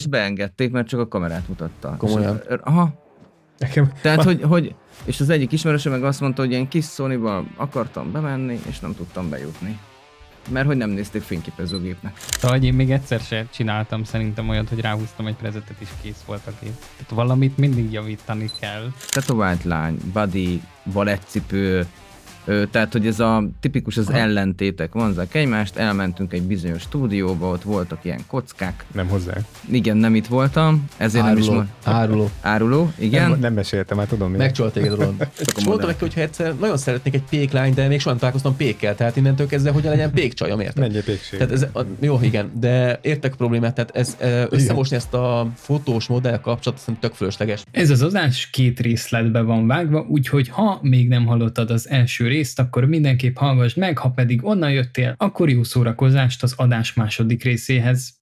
És beengedték, mert csak a kamerát mutatta. Komolyan? Aha. Tehát, hogy és az egyik ismerősöm meg azt mondta, hogy én kis Sony-ba akartam bemenni, és nem tudtam bejutni. Mert hogy nem nézték fényképezőgépnek. Szóval én még egyszer se csináltam szerintem olyat, hogy ráhúztam egy prezetet és kész volt a kép. Tehát valamit mindig javítani kell. Tetovált lány, body, balettcipő, tehát hogy ez a tipikus az ellentétek vonzák egymást, elmentünk egy bizonyos stúdióba, ott voltak ilyen kockák. Nem hozzá. Igen, nem itt voltam, ezért Áruló, nem is Áruló, igen. Nem meséltem, már tudom. Megcsalt téged, Roland. És mondtam neki, hogy egyszer nagyon szeretnék egy péklány, de még soha nem találkoztam pékkel, tehát innentől kezdve hogyan legyen pékcsajom, érted? Menjél pékség. Tehát ez, jó, igen, de értek a problémát, tehát ez összemosni ezt a fotós modell kapcsolatot, szerintem tök fölösleges. Ez az adás 2 részletbe van vágva, úgyhogy ha még nem hallottad az első részt, akkor mindenképp hallgassd meg, ha pedig onnan jöttél, akkor jó szórakozást az adás második részéhez.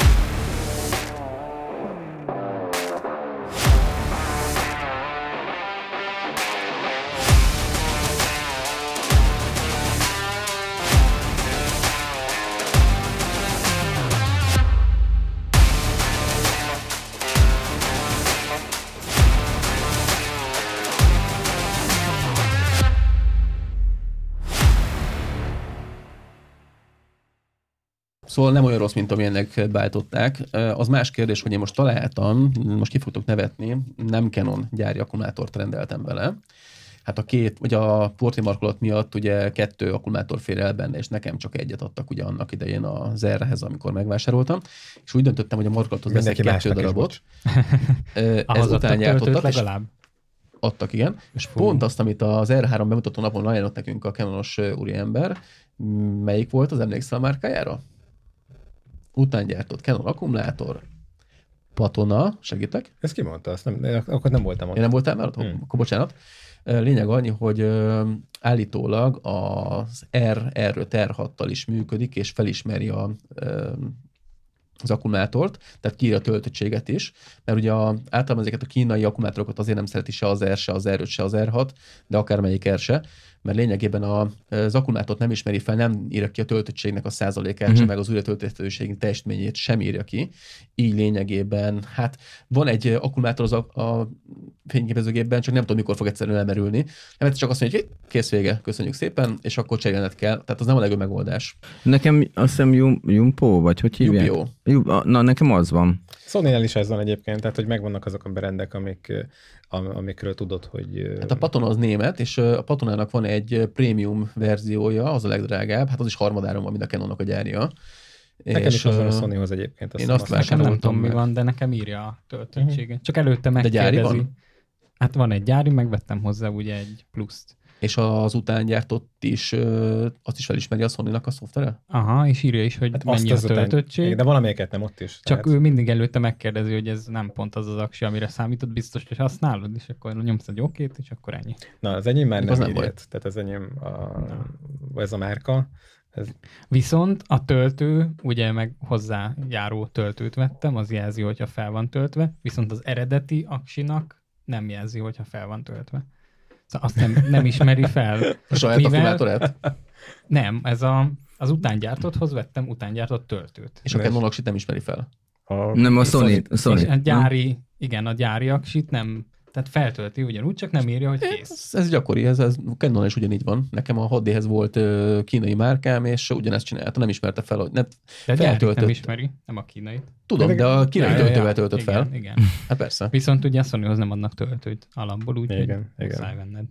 Szóval nem olyan rossz, mint amilyennek beállították. Az más kérdés, hogy én most találtam, most ki fogtok nevetni, nem Canon gyári akkumulátort rendeltem vele. Hát a porti markolat miatt ugye 2 akkumulátor fér el benne, és nekem csak egyet adtak ugye annak idején az R-hez, amikor megvásároltam. És úgy döntöttem, hogy a markolathoz veszek 2 darabot. Ez után gyártottak, legalább. Adtak, igen. És pont azt, amit az R3 bemutató napon ajánlott nekünk a Canonos úriember, melyik volt, az emlékszel a márkájára? Utángyártott Canon akkumulátor, Patona, segítek? Ezt ki mondta? Akkor nem voltam ott. Én nem voltál már ott? Akkor bocsánat. Lényeg annyi, hogy állítólag az R5, R6-tal is működik, és felismeri az akkumulátort, tehát kiírja a töltöttséget is, mert ugye általában ezeket a kínai akkumulátorokat azért nem szereti se az R, se az R5, se az R6, de akármelyik R se, mert lényegében az akkumulátort nem ismeri fel, nem írja ki a töltöttségnek a százalékát, sem meg az újratölthetőség teljesítményét sem írja ki. Így lényegében, hát van egy akkumulátor a fényképezőgépben, csak nem tudom, mikor fog egyszerűen elmerülni. Nem, csak azt mondja, hogy kész vége, köszönjük szépen, és akkor cserélned kell. Tehát az nem a legjobb megoldás. Nekem azt hiszem Jumpo, vagy hogy hívják? Jumpo. Na, nekem az van. Sony-nál is ez van egyébként, tehát hogy megvannak azok a berendek, amikről tudod, hogy... Hát a Patona az német, és a Patonának van egy prémium verziója, az a legdrágább, hát az is harmadáron van, mint a Canonnak a gyárja. Nekem is az van a Sonyhoz egyébként. Én azt nekem nem tudom, mi van, de nekem írja a töltöttséget. Csak előtte megkérdezi. De gyári van? Hát van egy gyári, megvettem hozzá ugye egy pluszt. És az utángyártott is, azt is felismeri a Sony-nak a szoftvere? Aha, és írja is, hogy hát mennyi a töltöttség. De valamelyiket nem ott is. Csak ő mindig előtte megkérdezi, hogy ez nem pont az az aksi, amire számított, biztos, hogy használod, és akkor nyomsz egy okét, és akkor ennyi. Na, az enyém már nem írt. Tehát az enyém, ez a márka. Viszont a töltő, ugye meg hozzájáró töltőt vettem, az jelzi, hogyha fel van töltve, viszont az eredeti aksinak nem jelzi, hogyha fel van töltve. Szóval azt nem ismeri fel. A saját akkumulátorát? Nem, az utángyártotthoz vettem utángyártott töltőt. És a Canon aksit nem ismeri fel? Nem, a Sony. A gyári, igen, a gyári aksit nem, tehát feltölti ugyanúgy, csak nem írja, hogy kész. Ez gyakori, ez Canon is ugyanígy van. Nekem a 6D-hez volt kínai márkám, és ugyanezt csinálta, nem ismerte fel, hogy de a gyárit nem ismeri, nem a kínait. Tudom, de a kínai töltővel töltött fel. Igen. Hát persze. Viszont ugye a Sonyhoz nem adnak töltőt alapból, úgyhogy muszáj venned.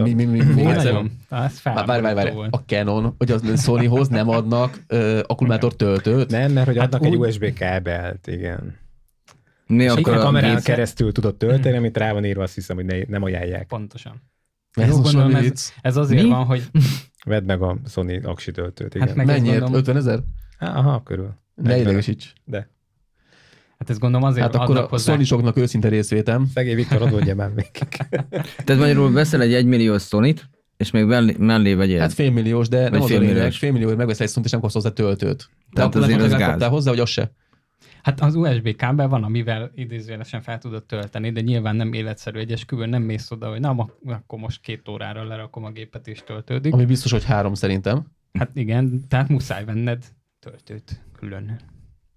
Várj. A Canon, hogy a Sonyhoz nem adnak akkumulátor töltőt? Nem, mert hogy adnak egy USB kábelt, igen. Mi akkor a kamerán keresztül tudod tölteni, amit rá van írva, azt hiszem, hogy nem ajánlják. Pontosan. Ez azért van, hogy... Vedd meg a Sony aksi töltőt, igen. Hát mennyiért? 50 000? Aha, körül. Ne idegesíts. De. Hát ezt gondolom azért hát akkor a Sony-soknak őszinte részvétem. Szegény Viktor, adódja már még. Tehát magyarul veszel egy 1 milliós Sony-t, és még mellé vegyél. Hát félmilliós, de nem az a lényeg. Félmillióért megveszel egy Sony-t, és nem koszt hozzá töltőt. Tehát azért az gáz. Hozzá, vagy az se? Hát az USB kábel van, amivel idézőjelesen fel tudod tölteni, de nyilván nem életszerű egy esküvőn, nem mész oda, hogy na, akkor most 2 órára lerakom a gépet és töltődik. Ami biztos, hogy 3 szerintem. Hát igen, tehát muszáj venned töltőt külön.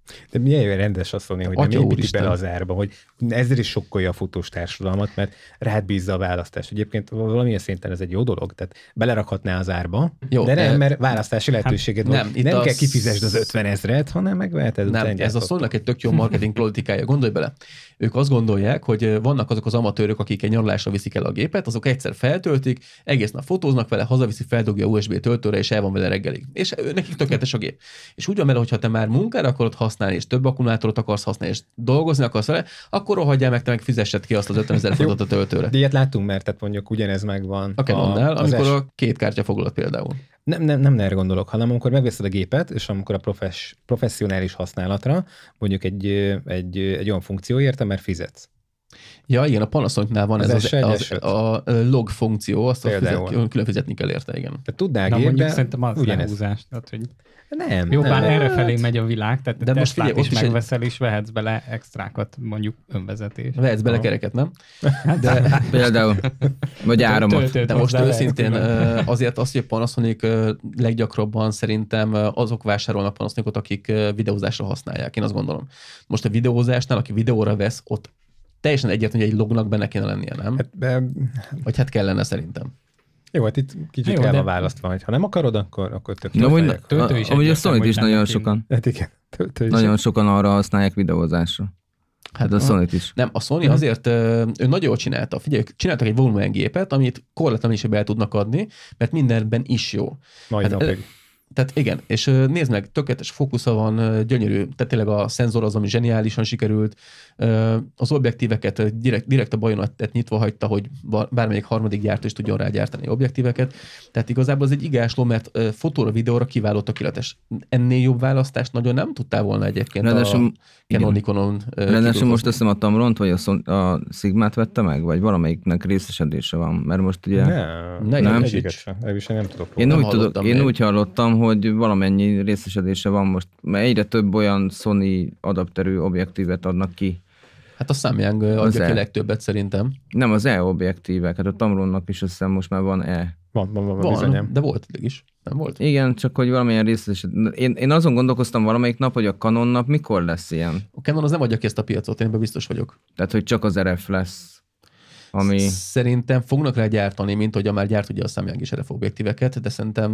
De milyen rendes azt mondani, hogy Atya nem építi úristen. bele az árba, hogy ezzel is sokkolja a fotós társadalmat, mert rád bízza a választást. Egyébként valamilyen szinten ez egy jó dolog, tehát belerakhatná az árba, Jó, de nem, mert választási lehetőséged van. nem, itt Nem az- kell kifizesd az 50 000, hanem megveheted. Nem, ez a Sony-nak egy tök jó marketing politikája. Gondolj bele. Ők azt gondolják, hogy vannak azok az amatőrök, akik egy nyaralásra viszik el a gépet, azok egyszer feltöltik, egész nap fotóznak vele, hazaviszi, feldugja USB töltőre, és el van vele reggelig. És nekik tökéletes a gép. És úgy van vele, hogyha te már munkára akarod használni, és több akkumulátort akarsz használni, és dolgozni akarsz vele, akkor rohadjál meg, te meg fizessed ki azt az 50 000 forintot a töltőre. De ilyet láttunk, mert tehát mondjuk ugyanez megvan. A Canonnál, az amikor a két kártya foglalt például. Nem erre gondolok, hanem amikor megveszed a gépet, és amikor a professzionális használatra, mondjuk egy olyan funkció érte, mert fizetsz. Ja, igen, a Panasonicnál van Az ez S1, a log funkció, azt Például. külön fizetni kell érte, igen. Tehát tudnál Na gép, mondjuk de szerintem az ugyanez. lehúzás. Tehát, hogy Nem. jó, bár nem. errefelé megy a világ, tehát De de most most figyelj, is ott is egy- megveszel, és vehetsz bele extrákat, mondjuk önvezetés. Vehetsz bele kereket, nem? De, Például. Vagy áramot. Töltőt de most hozzá lehet őszintén külön. azért azt, hogy a Panasonic leggyakrabban szerintem azok vásárolnak Panasonicot, akik videózásra használják, én azt gondolom. Most a videózásnál, aki videóra vesz, ott teljesen egyértelmű, hogy egy lognak benne kéne lennie, nem? Vagy hát kellene szerintem. Jó, hát itt kicsit Jó, el de- van választva, hogy ha nem akarod, akkor tök Na, jó hogy, fejek. Töltő is amúgy a egyértelmű, Sony-t is hogy nagyon benne sokan. Hát igen, töltő is. Nagyon sokan arra használják videózásra. Hát a Sony-t is. Nem, a Sony azért, ő nagyon jól csinálta. Figyelj, csináltak egy volumen gépet, amit korlátlanul is el tudnak adni, mert mindenben is jó. Mai Hát, napig. Tehát igen, és nézd meg, tökéletes fókusza van, gyönyörű, tehát tényleg a szenzor az, ami zseniálisan sikerült, az objektíveket direkt a bajonettet nyitva hagyta, hogy bármelyik harmadik gyártó is tudjon rágyártani objektíveket, tehát igazából ez egy igásló, mert fotóra, videóra kiváló, tökéletes. Ennél jobb választást nagyon nem tudtál volna egyébként Ráadásul, a Canon Nikonon ráadásul most kidolgozni. azt hiszem a Tamront, vagy a Sigmát vette meg, vagy valamelyiknek részesedése van, mert most ugye... Nem. Egyiket sem. Ebből sem nem tudok Én, Nem úgy, hallottam én még. úgy hallottam, hogy valamennyi részesedése van most, mert egyre több olyan Sony adapterű objektívet adnak ki. Hát a Samyang adja ki E. legtöbbet szerintem. Nem az E objektívek, hát a Tamronnak is azt hiszem most már van E. Van bizonyám. De volt eddig is. Nem volt? Igen, csak hogy valamilyen részesedés. Én azon gondolkoztam valamelyik nap, hogy a Canonnak mikor lesz ilyen. A Canon az nem adja ki ezt a piacot, én ebben biztos vagyok. Tehát, hogy csak az RF lesz, ami... Szerintem fognak rá gyártani, mint hogy már gyárt ugye a Samyang is RF objektíveket, de szerintem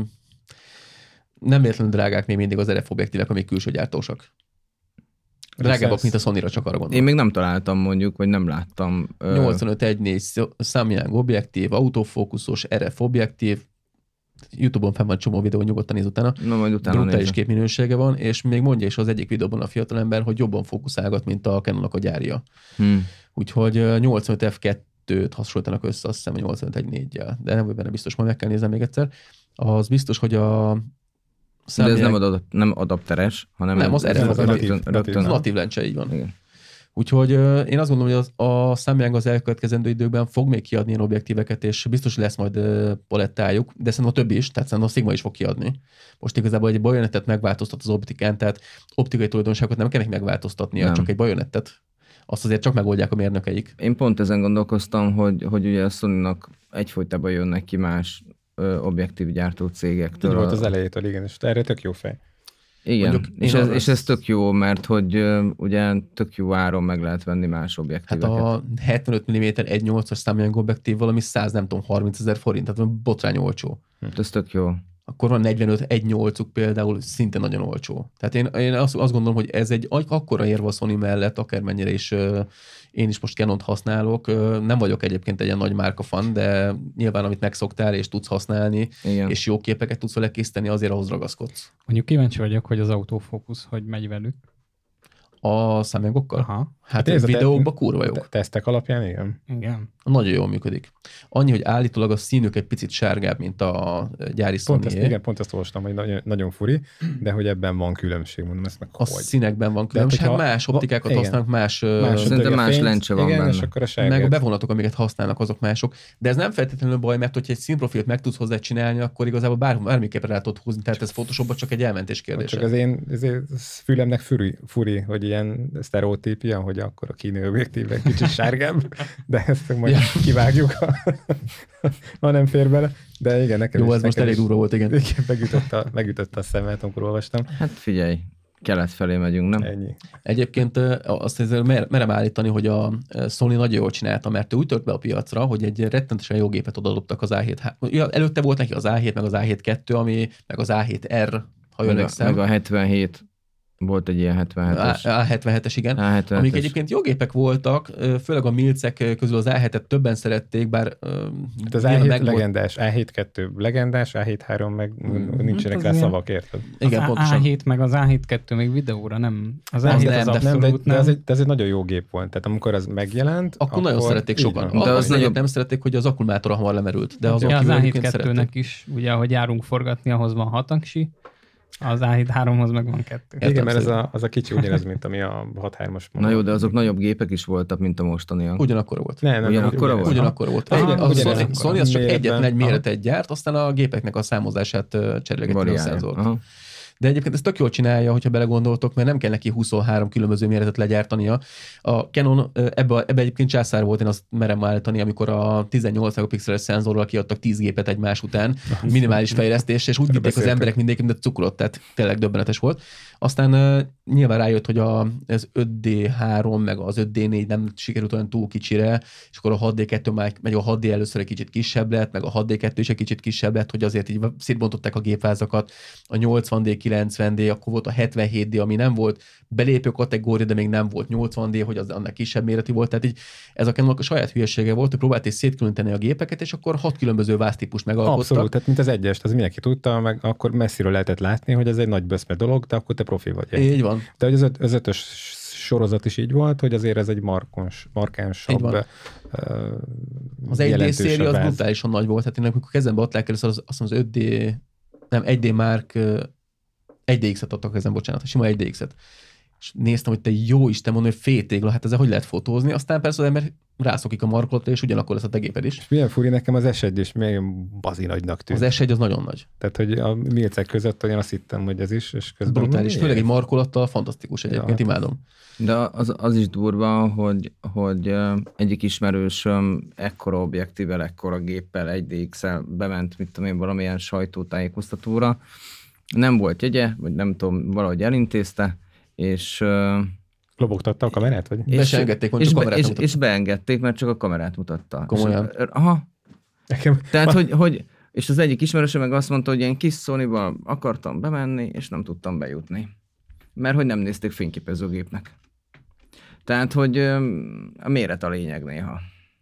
nem véletlenül drágák még mindig az RF objektívek, amik külső gyártósak. Drágábbak, mint a Sonyra, csak arra Én gondolom. még nem találtam mondjuk, vagy nem láttam. 85-1.4 Samyang objektív, autofókuszos RF objektív, YouTube-on fenn van csomó videó, nyugodtan néz utána. Na, majd utána Brutális nézem. képminősége van, és még mondja is az egyik videóban a fiatalember, hogy jobban fókuszálgat, mint a Canonnak a gyárja. Úgyhogy 85 F2-t hasonlítanak össze, azt hiszem, 85-1.4-jel. De nem vagy benne biztos, majd meg kell néznem még egyszer. Az biztos, hogy a De ez Samyang... nem adapteres, hanem Nem, az RF rögtön. natív lencse, így van. Igen. Úgyhogy én azt gondolom, hogy a Samyang az elkövetkezendő időkben fog még kiadni ilyen objektíveket, és biztos lesz majd palettájuk, de szerintem a többi is, tehát szerintem a Sigma is fog kiadni. Most igazából egy bajonettet megváltoztat az optikán, tehát optikai tulajdonságokat nem kell megváltoztatnia, Nem. csak egy bajonettet. Azt azért csak megoldják a mérnökeik. Én pont ezen gondolkoztam, hogy ugye a Sony-nak egyfolytában jönnek ki más objektív gyártó cégektől. Így volt az elejétől, igen, és erre tök jó fej. Igen, Mondjuk és ez tök jó, mert hogy ugye tök jó áron meg lehet venni más Hát objektíveket. a 75 mm 1.8-as Samyang objektív valami 100, nem tudom, 30 000 forint, tehát botrány olcsó. Ez tök jó. Akkor van 45 1.8-uk például, szinte nagyon olcsó. Tehát én azt gondolom, hogy ez egy akkora érve a Sony mellett, akármennyire is én is most Canont használok. Nem vagyok egyébként egy ilyen nagy márka fan, de nyilván amit megszoktál és tudsz használni, Igen. és jó képeket tudsz vele készíteni, azért ahhoz ragaszkodsz. Mondjuk kíváncsi vagyok, hogy az autofókusz hogy megy velük. A Samyangokkal? Aha, Hát ez ez a videókban kurva jók. Tesztek alapján, igen. igen. Nagyon jól működik. Annyi, hogy állítólag a színük egy picit sárgább, mint a gyári Sony-é. Pont ezt olvastam, hogy nagyon furi, de hogy ebben van különbség, mondom ezt meg A hogy. színekben van különbség, hogyha- más optikákat igen. használnak, más Szerintem más lencse van igen, benne. és akkor a meg a sárgát. bevonatok, amiket használnak, azok mások. De ez nem feltétlenül baj, mert hogyha egy színprofilt meg tudsz hozzá csinálni, akkor igazából bármiképpen rá tudod húzni. Tehát ez Photoshopban csak egy elmentés kérdése. Csak az én fülemnek furi, hogy ilyen sztereotípia, hogy akkor a kínai objektívek kicsit sárgább, de ezt majd kivágjuk, ha nem fér bele. De igen, nekem Jó, is, ez most nekem elég is- durva volt, igen. Igen, megütötte a szemet, amikor olvastam. Hát figyelj, Kelet felé megyünk, nem? Ennyi. Egyébként azt azért merem állítani, hogy a Sony nagyon jól csinálta, mert ő úgy tört be a piacra, hogy egy rettentesen jó gépet odadobtak az A7. Előtte volt neki az A7, meg az A7-2, meg az A7R, ha jól emlékszem. Meg a 77, volt egy ilyen 77-es. A77-es, igen. A77-es. Amik egyébként jó gépek voltak, főleg a milcek közül az A7-et többen szerették, bár... Hát az A7 legendás, A7-2 legendás, A7-3 meg nincsenek rá szavak, érted? Igen, az pontosan. A7 meg az A7-2 még videóra nem. Az Nem, A7 nem, az de abszolút de nem. ez egy nagyon jó gép volt. Tehát amikor az megjelent, Akkor nagyon szerették sokan. De az nagyobb nem szerették, hogy az akkumulátora hamar lemerült. De Ja, az kívül egyébként A7-2-nek is, ugye, ahogy járunk forgatni, ahhoz van 6 aksi, az A7-3-hoz meg van 2. Igen, mert az a kicsi ugyanaz, mint ami a 6-3-as. Na jó, de azok nagyobb gépek is voltak, mint a mostaniak. Ugyanakkor volt. Nem, Ugyanakkora volt? Ugyanakkor volt. Aha, A Sony az csak Méretben. egyetlen egy méretet gyárt, aztán a gépeknek a számozását cserélgetni a szenzort. Aha. De egyébként ez tök jól csinálja, hogyha belegondoltok, mert nem kell neki 23 különböző méretet legyártania. A Canon ebbe egyébként császár volt, én azt merem állítani, amikor a 18 megapixeles szenzorral kiadtak 10 gépet egymás után, minimális fejlesztés, és úgy vitték az emberek mindenki, mint a cukrot, tehát tényleg döbbenetes volt. Aztán nyilván rájött, hogy az 5D3 meg az 5D4 nem sikerült olyan túl kicsire, és akkor a 6D2 meg a 6D először egy kicsit kisebb lett, meg a 6D2 is egy kicsit kisebb lett, hogy azért így szétbontották a gépvázakat. A 80D, 90D, akkor volt a 77D, ami nem volt belépő kategória, de még nem volt 80D, hogy az annak kisebb méretű volt. Tehát így ez a Canonnak a saját hülyesége volt, hogy próbálták szétkülöníteni a gépeket, és akkor 6 különböző vásztípust megalkottak. Abszolút, tehát mint az egyest, az mindenki tudta, meg akkor messziről lehetett látni, hogy ez egy nagy böszme dolog, de akkor te profi vagy. Így van. De hogy az ötös sorozat is így volt, hogy azért ez egy markánsabb, az 1D széria az brutálisan nagy volt. Hát én amikor kezembe adták először az 5D, nem 1D Mark 1DX-et adtak ezen, bocsánat, a sima 1DX-et. És néztem, hogy te jó Isten, mondom, hogy fétégla, hát ezzel hogy lehet fotózni? Aztán persze az ember rászokik a markolatra, és ugyanakkor lesz a te géped is. És milyen furi nekem az S1 is, milyen bazi nagynak tűnt. Az S1 az nagyon nagy. Tehát, hogy a milcek között olyan azt hittem, hogy ez is, és közben... Brutális, főleg egy markolattal fantasztikus egyébként, Ja, imádom. De az is durva, hogy egyik ismerősöm ekkora objektívvel, ekkora géppel, 1DX-el bement, mit tudom én, valamilyen sajtótájékoztatóra. Nem volt jegye, vagy nem tudom, valahogy elintézte, és... Lobogtatta a kamerát, vagy? Be se engedték, hogy csak kamerát mutatta. És beengedték, mert csak a kamerát mutatta. Komolyan? És, aha. Nekem... Tehát, hogy és az egyik ismerősöm meg azt mondta, hogy ilyen kis Sony-val akartam bemenni, és nem tudtam bejutni. Mert hogy nem nézték fényképezőgépnek. Tehát, hogy a méret a lényeg néha.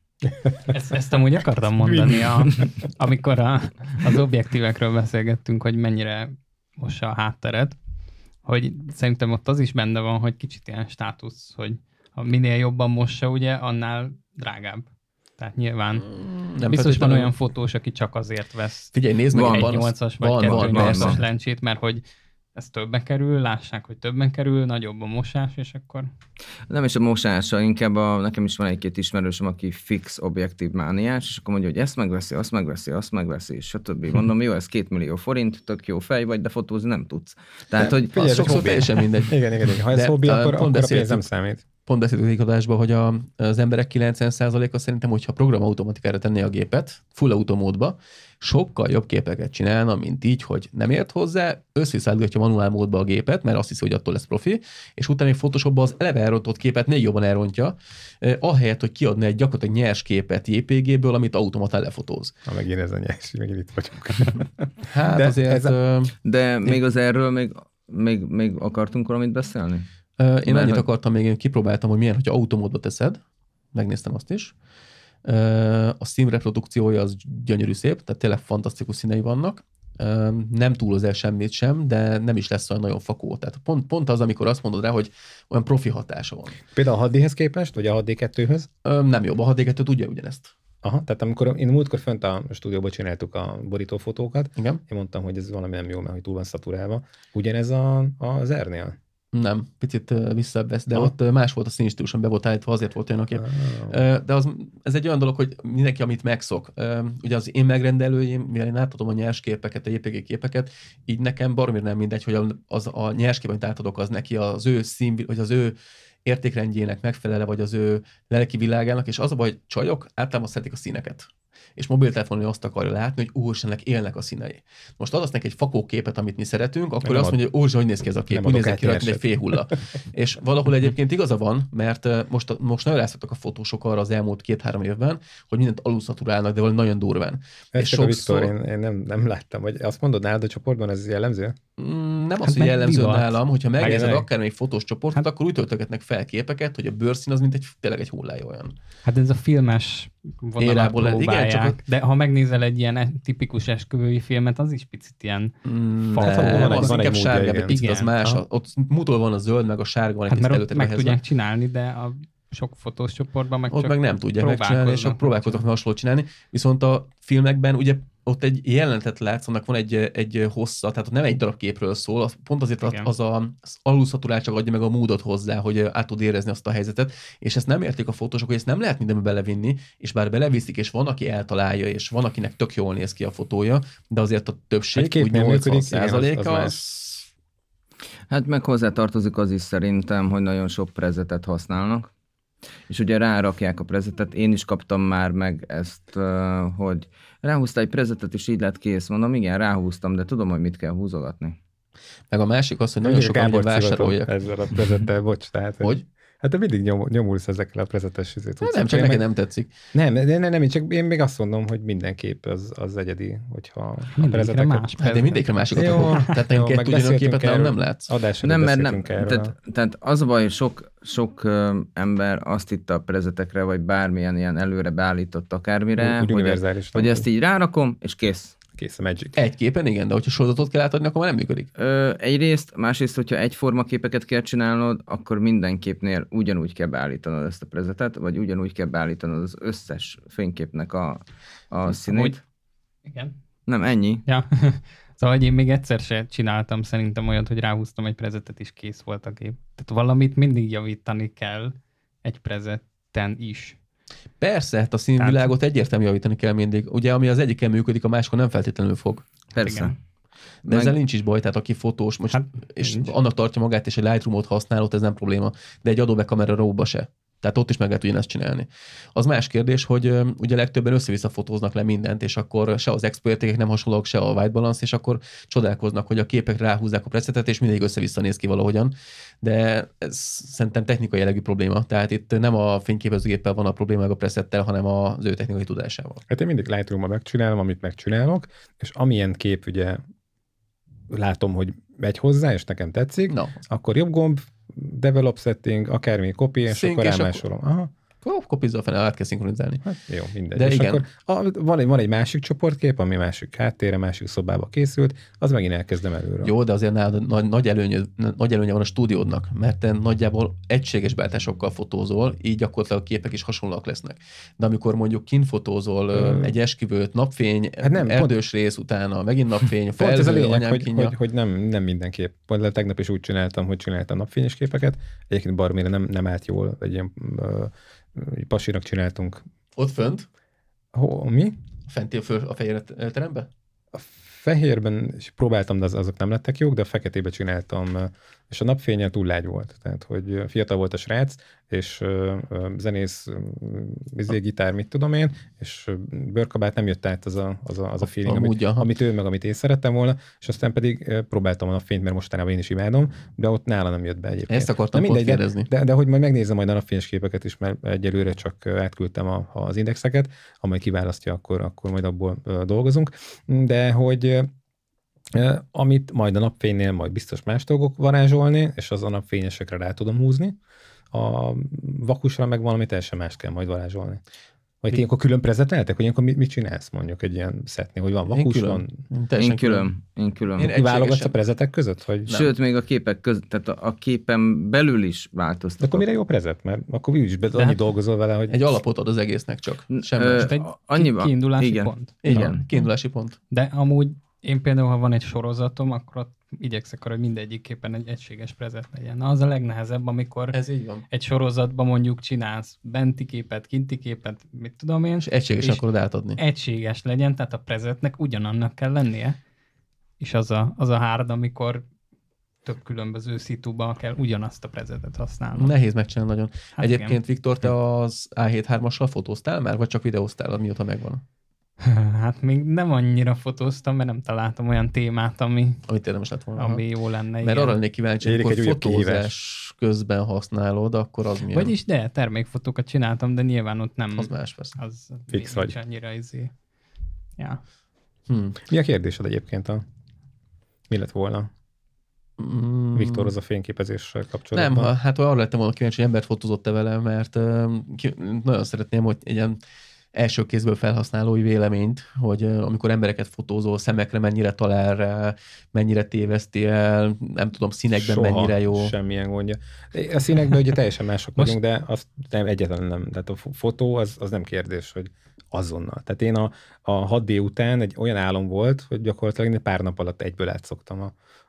Ezt amúgy akartam mondani, amikor az objektívekről beszélgettünk, hogy mennyire mossa a hátteret, hogy szerintem ott az is benne van, hogy kicsit ilyen státusz, hogy ha minél jobban mossa, ugye, annál drágább. Tehát nyilván Nem biztos van feltétlenül. olyan fotós, aki csak azért vesz Figyelj, nézd meg, egy van, 8-as vagy van, 2-8-as lencsét, mert hogy ez többe kerül, lássák, hogy többen kerül, nagyobb a mosás, és akkor... Nem is a mosása, inkább nekem is van egy-két ismerősöm, aki fix objektív mániás, és akkor mondja, hogy ezt megveszi, azt megveszi, és stb. Mondom, jó, ez 2 millió forint, tök jó fej vagy, de fotózni nem tudsz. Tehát, hogy... Figyelj, sokszor teljesen mindegy. Igen. Ha ez De, hobbi, akkor a pénz beszéltük- nem számít. Pont beszéltük adásban, hogy az emberek 90%-a szerintem, hogyha programautomatikára tenné a gépet, full automódba, sokkal jobb képeket csinálna, mint így, hogy nem ért hozzá, összviszállgatja manuál módba a gépet, mert azt hiszi, hogy attól lesz profi, és utána még Photoshopban az eleve elrontott képet még jobban elrontja, ahelyett, hogy kiadna egy gyakorlatilag nyers képet JPG-ből, amit automatán lefotóz. Ha megint ez a nyers, megint itt vagyunk. Hát De azért... De még az erről még akartunk valamit beszélni? Én annyit hogy- akartam még, én kipróbáltam, hogy milyen, hogyha automódba teszed, megnéztem azt is. A színreprodukciója az gyönyörű szép, tehát tényleg fantasztikus színei vannak. Nem túloz el semmit sem, de nem is lesz olyan nagyon fakó. Tehát pont az, amikor azt mondod rá, hogy olyan profi hatása van. Például a 6D-hez képest, vagy a 6D2-höz? Nem jobb, a 6D2 tudja ugyanezt. Aha, tehát amikor én múltkor fönt a stúdióban csináltuk a borítófotókat, Igen? én mondtam, hogy ez valami nem jó, mert hogy túl van szaturálva. Ugyanez az R-nél? Nem, picit visszavesz, de Aha. ott más volt a színstílus, be volt állítva, azért volt olyan a kép. De ez egy olyan dolog, hogy mindenki, amit megszok. Ugye az én megrendelőim, mivel én átadom a nyers képeket, a JPG képeket, így nekem baromira nem mindegy, hogy a nyers kép, amit átadok, az neki az ő vagy az ő értékrendjének megfelele, vagy az ő lelki világának, és az a baj, hogy csajok általában szeretik a színeket. és mobiltelefonon azt akarja látni, hogy úrstennek élnek a színei. Most adsz neki egy fakóképet, amit mi szeretünk, akkor azt mondja, hogy hogy néz ki ez a kép, úgy néz ki rajta, mint egy félhulla. És valahol egyébként igaza van, mert most nagyon rászoktak a fotósok arra az elmúlt 2-3 évben, hogy mindent alulszaturálnak, de valami nagyon durván. És sokszor... Viktor, én nem láttam, vagy azt mondod nálad a csoportban, ez jellemző? Nem az, hogy jellemző nálam, hogyha megnézed akármelyik fotós csoportot, akkor úgy töltögetnek fel képeket, hogy a bőrszín az mint tényleg egy hullája olyan. Hát ez a filmes vonalat próbálják, igen, de ha megnézel egy ilyen tipikus esküvői filmet, az is picit ilyen az inkább sárgább, egy picit az más. Ott múltól van a zöld, meg a sárga van egy picit előtte. Meg tudják csinálni, de a sok fotós csoportban meg ott csak meg nem tudják megcsinálni, és próbálkoznak hasonlót csinálni. Viszont a filmekben ugye ott egy jelenetet látsz, annak van egy hossza, tehát nem egy darab képről szól, pont azért az alulszaturált csak adja meg a módot hozzá, hogy át tud érezni azt a helyzetet, és ezt nem értik a fotósok, hogy ezt nem lehet mindenbe belevinni, és bár beleviszik, és van, aki eltalálja, és van, akinek tök jól néz ki a fotója, de azért a többség, úgy 80%-a Hát meg hozzá tartozik az is szerintem, hogy nagyon sok prezetet használnak, és ugye rárakják a prezetet. Én is kaptam már meg ezt, hogy ráhúzta egy prezetet, és így lett kész. Mondom, igen, ráhúztam, de tudom, hogy mit kell húzogatni. Meg a másik az, hogy nagyon sokan ugye vásárolják. Ezzel a prezettel, bocs, tehát... Hogy? Hát te mindig nyomulsz ezekkel a prezetes izét. Nem, csak neked nem tetszik. Nem, én még azt mondom, hogy minden kép az egyedi, hogyha a prezeteket... Hát de mindegyikre másikat akarok. Tehát nem kettő ugyanolyan képet nem látsz. Nem, mert nem. Tehát az a baj, hogy sok ember azt hitte a prezetekre, vagy bármilyen ilyen előre beállított akármire, hogy ezt így rárakom, és kész. Kész a Magic. Egy képen igen, de hogyha sorozatot kell átadni, akkor már nem működik. Egyrészt, másrészt, hogyha egyforma képeket kell csinálnod, akkor minden képnél ugyanúgy kell beállítanod ezt a prezetet, vagy ugyanúgy kell beállítanod az összes fényképnek a színét. Igen. Nem, ennyi. Ja. Szóval, hogy én még egyszer se csináltam szerintem olyat, hogy ráhúztam egy prezetet, és kész volt a kép. Tehát valamit mindig javítani kell egy prezeten is. Persze, hát a színvilágot egyértelműen javítani kell mindig. Ugye, ami az egyiken működik, a máskor nem feltétlenül fog. Persze. Igen. De ezzel nincs is baj, tehát aki fotós, most, és annak tartja magát, és egy Lightroom-ot használod, ez nem probléma. De egy Adobe Camera Raw-ba se. Tehát ott is meg lehet ugyanezt csinálni. Az más kérdés, hogy ugye legtöbben össze-vissza fotóznak le mindent, és akkor se az expo-értékek nem hasonlók, se a white balance, és akkor csodálkoznak, hogy a képekre ráhúzzák a presetet, és mindig össze-vissza néz ki valahogyan. De ez szerintem technikai jellegű probléma. Tehát itt nem a fényképezőgéppel van a probléma meg a presettel, hanem az ő technikai tudásával. Hát én mindig Lightroom-ban megcsinálom, amit megcsinálok, és amilyen kép ugye látom, hogy megy hozzá, és nekem tetszik, akkor jobb gomb, develop setting, akármi copy, és akkor rámásolom. Aha. Kopizza fel, át kell szinkronizálni. Hát jó, mindegy. De és igen. akkor van egy másik csoportkép, ami másik háttérre, másik szobába készült, az megint elkezdem előre. Jó, de azért nagy előnye van a stúdiódnak, mert te nagyjából egységes beállításokkal fotózol, így gyakorlatilag a képek is hasonlóak lesznek. De amikor mondjuk kinfotózol egy esküvőt, napfény, hát nem, erdős rész utána, megint napfény, felhő, ez a lényeg, hogy nem minden kép. Pont tegnap is úgy csináltam, hogy csináltam napfényes képeket. Egyébként baromira nem állt jól, egy ilyen pasinak csináltunk. Ott fönt? Mi? Fenti a fehér teremben? A fehérben próbáltam, de azok nem lettek jók, de a feketébe csináltam, és a napfényen túl lágy volt. Tehát, hogy fiatal volt a srác, és zenész, gitár, mit tudom én, és bőrkabát nem jött át az a feeling, amit ő meg amit én szerettem volna, és aztán pedig próbáltam a napfényt, mert mostanában én is imádom, de ott nála nem jött be egyébként. Ezt akartam pont kérdezni. De hogy majd megnézem majd a napfényes képeket is, mert egyelőre csak átküldtem az indexeket, amely kiválasztja, akkor majd abból dolgozunk. De hogy amit majd a napfénynél majd biztos más dolgok varázsolni, és az a napfényesekre rá tudom húzni, a vakusra meg valami teljesen mást kell majd varázsolni. Vagy ti akkor külön prezenteltek, hogy ilyenkor mit csinálsz mondjuk egy ilyen szetnél, hogy van vakus, van... Én külön. Válogatsz a prezetek között? Vagy sőt, még a képek között, tehát a képen belül is változtatok. De akkor mire jó prezet? Mert akkor úgyis annyi dolgozol vele, hogy... Egy alapot ad az egésznek csak. Egy kiindulási pont. Igen, kiindulási pont. De amúgy én például, ha van egy sorozatom, akkor ott igyekszek arra, hogy mindegyik képen egy egységes prezet legyen. Na, az a legnehezebb, amikor ez így van. Egy sorozatban mondjuk csinálsz benti képet, kinti képet, mit tudom én. És egységes akarod átadni. Egységes legyen, tehát a prezetnek ugyanannak kell lennie. És az a hard, amikor több különböző szitúban kell ugyanazt a prezetet használni. Nehéz megcsinálni nagyon. Hát egyébként, igen. Viktor, te az A7 III-assal fotóztál már, vagy csak videóztál, mióta megvan? Hát még nem annyira fotóztam, mert nem találtam olyan témát, ami érdemes lett volna. ami jó lenne. Mert igen. arra lennék kíváncsi, Érik amikor egy újabb fotózás közben használod, akkor az milyen? Vagyis termékfotókat csináltam, de nyilván ott nem... Az más persze. Az Fix nincs vagy. annyira Ja. Mi a kérdésed egyébként? Mi lett volna Viktorhoz a fényképezéssel kapcsolatban? Nem, hát arra lettem volna kíváncsi, hogy embert fotózott-e vele, mert nagyon szeretném, hogy egy ilyen első kézből felhasználói véleményt, hogy amikor embereket fotózol, szemekre mennyire talál rá, mennyire téveszti el, nem tudom, színekben Soha mennyire jó. semmilyen gondja. A színekben ugye teljesen mások vagyunk, de azt nem, egyáltalán nem. Tehát a fotó az nem kérdés, hogy azonnal. Tehát én a 6D után egy olyan álom volt, hogy gyakorlatilag pár nap alatt egyből átszoktam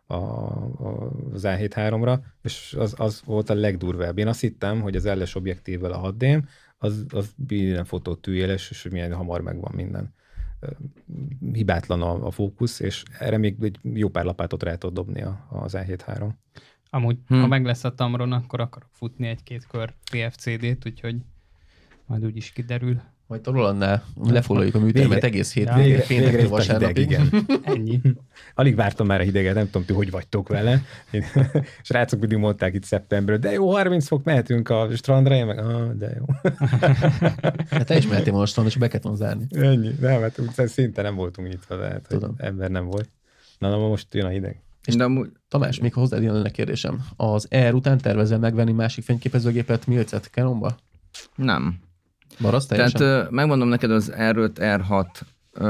az A7-3-ra, és az volt a legdurvább. Én azt hittem, hogy az LS objektívvel a 6D-m, az minden fotó tűéles, és hogy milyen hamar megvan minden. Hibátlan a fókusz, és erre még egy jó pár lapátot rá tud dobni az A7-3. Amúgy, ha meg lesz a Tamron, akkor akarok futni 1-2 kör PFCD-t, úgyhogy majd úgyis kiderül. Majd Rolannál lefoglaljuk a műtermet egész hétvégén, péntektől vasárnapig. Igen. Ennyi. Alig vártam már a hideget, nem tudom, ti hogy vagytok vele. Srácok mindig mondták itt szeptemberben, de jó, 30 fok, mehetünk a strandra, én meg, de jó. Hát te is mehetél volna a strandra, és be kellett volna zárni. Ennyi. Nem, hát szinte nem voltunk nyitva, de hát, Tudom. ember nem volt. Na, most jön a hideg. És De amúgy, Tamás, még hozzád jön a kérdésem. Az R után tervezel megvenni másik fényképezőgépet, Milcet Canonba? nem. Maradsz teljesen? Tehát megmondom neked az R5, R6,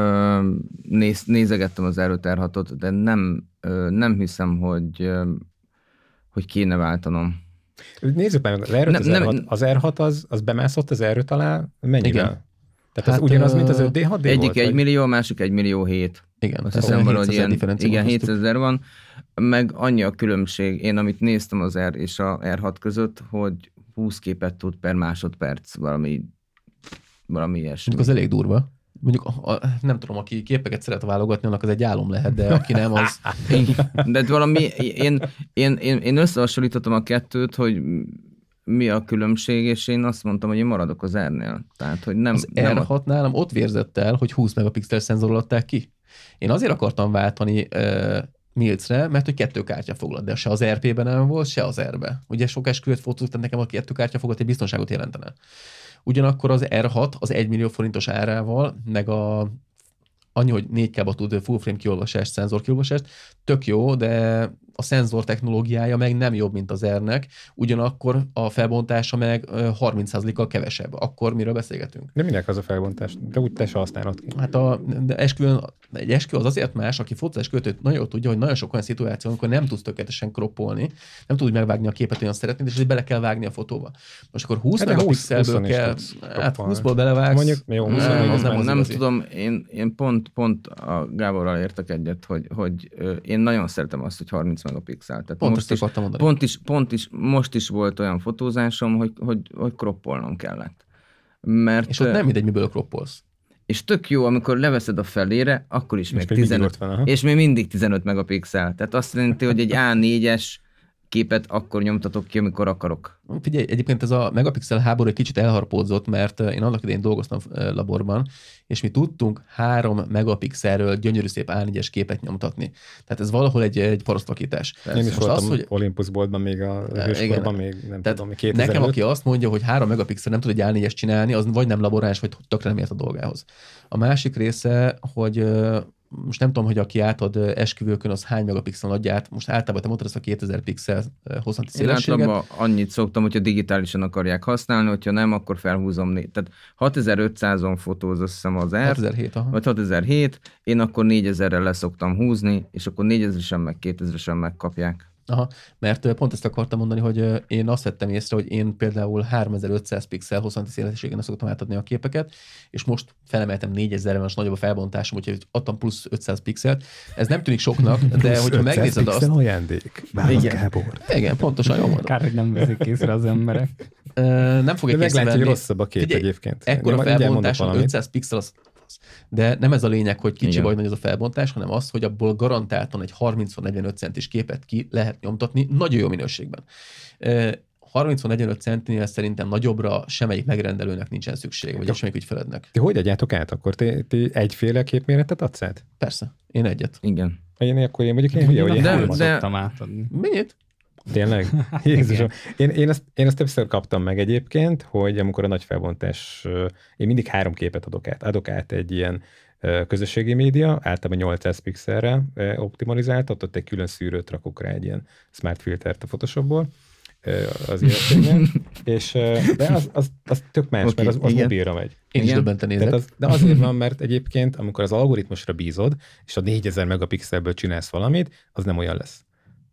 nézegettem az R5, R6-ot, de nem hiszem, hogy kéne váltanom. Nézzük meg, az R5, az R6 az bemászott az R5 alá, mennyivel? Igen. Tehát az Hát, ugyanaz, mint az 5D, 6D Egyik volt? 1 millió, másik 1 millió 7. Igen, Azt tehát hiszem olyan valahogy 700 000 ilyen, differencia igen, van köztük. 700 000 van, meg annyi a különbség, én amit néztem az R és a R6 között, hogy 20 képet tud per másodperc, valami ilyesmi. Mondjuk az elég durva. Mondjuk, nem tudom, aki képeket szeret válogatni, annak az egy álom lehet, de aki nem, az... De valami, én összehasonlítottam a kettőt, hogy mi a különbség, és én azt mondtam, hogy én maradok az R-nél. Tehát, hogy nem... Az R6 nálam ott vérzett el, hogy 20 megapixeles szenzorral adták ki. Én azért akartam váltani Milcre, mert hogy 2 kártya foglalt, de se az RP-ben nem volt, se az R-be. Ugye sok esküvőt fotóztam, nekem a 2 kártya foglalt egy biztonságot jelentene. Ugyanakkor az R6 az 1 millió forintos árával, meg annyi, hogy 4K-ba tud full frame kiolvasást, szenzor kiolvasást, tök jó, de a szenzor technológiája meg nem jobb, mint az R-nek, ugyanakkor a felbontása meg 30%-kal kevesebb. Akkor miről beszélgetünk? De minek az a felbontás? De úgy te se használod ki. Hát de egy esküvő az azért más, aki fotózás költőt nagyon jól tudja, hogy nagyon sok olyan szituáció, amikor nem tudsz tökéletesen kroppolni, nem tudod megvágni a képet, olyan szeretnéd, és bele kell vágni a fotóba. Most akkor 20 megapixelből kell, hát 20-ból belevágsz. Mondjuk, jó, 20 nem tudom, én pont a Gáborral értek egyet, hogy én nagyon szeretem azt, hogy 30 megapixel. Tehát Pont ezt akartam mondani. most is volt olyan fotózásom, hogy kroppolnom kellett. Mert, és ott nem mindegy, miből kroppolsz. És tök jó, amikor leveszed a felére, akkor is még 15, és még mindig 15 megapixel. Tehát azt jelenti, hogy egy A4-es képet akkor nyomtatok ki, amikor akarok. Figyelj, egyébként ez a megapixel háború egy kicsit elharpódzott, mert én annak idején dolgoztam laborban, és mi tudtunk 3 megapixelről gyönyörű szép A4-es képet nyomtatni. Tehát ez valahol egy parasztvakítás. Én is voltam hogy... Olympus boltban még a hőskorban, még nem tudom, 2005. Nekem, aki azt mondja, hogy 3 megapixel nem tud egy A4-es csinálni, az vagy nem laboráns, vagy tökre nem ért a dolgához. A másik része, hogy most nem tudom, hogy aki átad esküvőkön, az hány megapixel adja át. Most általában te mondtad ezt a 2000 pixel hosszanti szélességet. Én általában annyit szoktam, hogyha digitálisan akarják használni, hogyha nem, akkor felhúzom. Tehát 6500-on fotóz, azt hiszem az R. 6007, aha. Vagy 6007, én akkor 4000-re leszoktam húzni, és akkor 4000-esen meg 2000-esen megkapják. Aha, mert pont ezt akartam mondani, hogy én azt vettem észre, hogy én például 3500 pixel hosszanti szélességen szoktam átadni a képeket, és most felemeltem 4000-re, most nagyobb a felbontásom, úgyhogy adtam plusz 500 pixelt. Ez nem tűnik soknak, de hogyha megnézed azt... ajándék. Válasz Gábor. Igen, pontosan jól mondom. Kár, hogy nem veszik észre az emberek. Nem fogják de észrevenni. hogy rosszabb a kép egyébként. Ekkora felbontáson 500 pixel az... De nem ez a lényeg, hogy kicsi igen, vagy nagy az a felbontás, hanem az, hogy abból garantáltan egy 30-45 centis képet ki lehet nyomtatni nagyon jó minőségben. 30x45 centinél szerintem nagyobbbre semmelyik megrendelőnek nincsen szüksége, vagy semmelyik ügyfelednek. Ti hogy adjátok át? Akkor ti egyféle képméretet adsz át? Persze, én egyet. Igen. Akkor én vagyok én hülye, hogy De- én szoktam átadni. Mennyit? Tényleg? Jézusom. Én ezt többször kaptam meg egyébként, hogy amikor a nagy felbontás, én mindig 3 képet adok át. Adok át egy ilyen közösségi média, általában 800 pixelre optimalizáltat, ott egy külön szűrőt rakok rá, egy ilyen smart filtert a Photoshopból, az életében, és de az tök más, Oké, mert az igen. mobilra megy. Én is Igen. döbbenten nézek. Tehát de azért van, mert egyébként, amikor az algoritmusra bízod, és a 4000 megapixelből csinálsz valamit, az nem olyan lesz.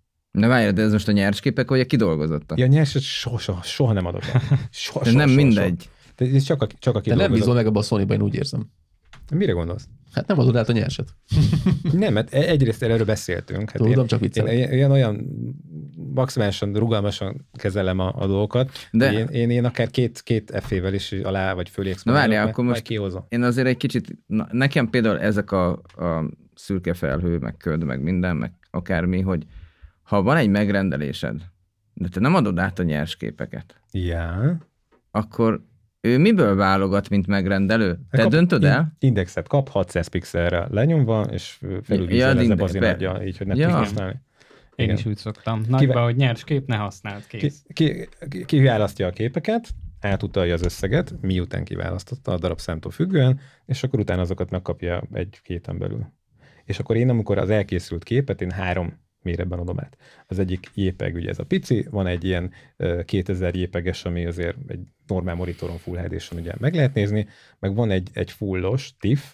Na várj, de ez most a nyersképek, vagy a kidolgozottak? Ja, nyerset soha nem adok el. De nem mindegy. De ez csak a De nem kidolgozott. bízol meg abban a Sony-ban, én úgy érzem. Mire gondolsz? Hát nem adod át a nyerset. Nem, mert egyrészt erről beszéltünk. Hát Tudom, csak viccelek. én olyan maximálisan, rugalmasan kezelem a dolgokat. De- Én akár két F-ével is alá vagy fölé Na várjál, akkor majd most kihozom. én azért egy kicsit, nekem például ezek a szürke felhő, meg köd, meg minden, meg akármi, hogy ha van egy megrendelésed, de te nem adod át a nyersképeket, Ja. akkor ő miből válogat, mint megrendelő? Te Kap- döntöd el? Indexet kap, 600 pixelre lenyomva, és Ja, felülvízelezze index- bazin adja, így, hogy nem Ja. tudsz használni. Én Igen. is úgy szoktam. Nagyba, hogy nyers kép, ne használd, kész. Kiválasztja a képeket, átutalja az összeget, miután kiválasztotta a darabszámtól függően, és akkor utána azokat megkapja 1 héten belül. És akkor én, amikor az elkészült képet, én 3 méretben adom át. Az egyik JPEG, ugye ez a pici, van egy ilyen 2000 JPEG-es, ami azért egy normál monitoron Full HD-sen ugye meg lehet nézni, meg van egy fullos TIFF,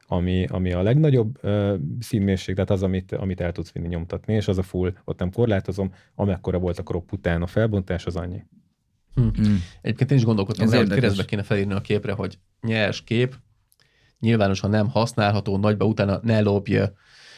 ami a legnagyobb színmérség, tehát az, amit el tudsz vinni nyomtatni, és az a full, ott nem korlátozom, amekkora volt a crop után a felbontás, az annyi. Egyébként én is gondolkodtam, Ez hogy érdekes. keresztbe kéne felírni a képre, hogy nyers kép, nyilvánosan nem használható, nagyba utána ne lopja,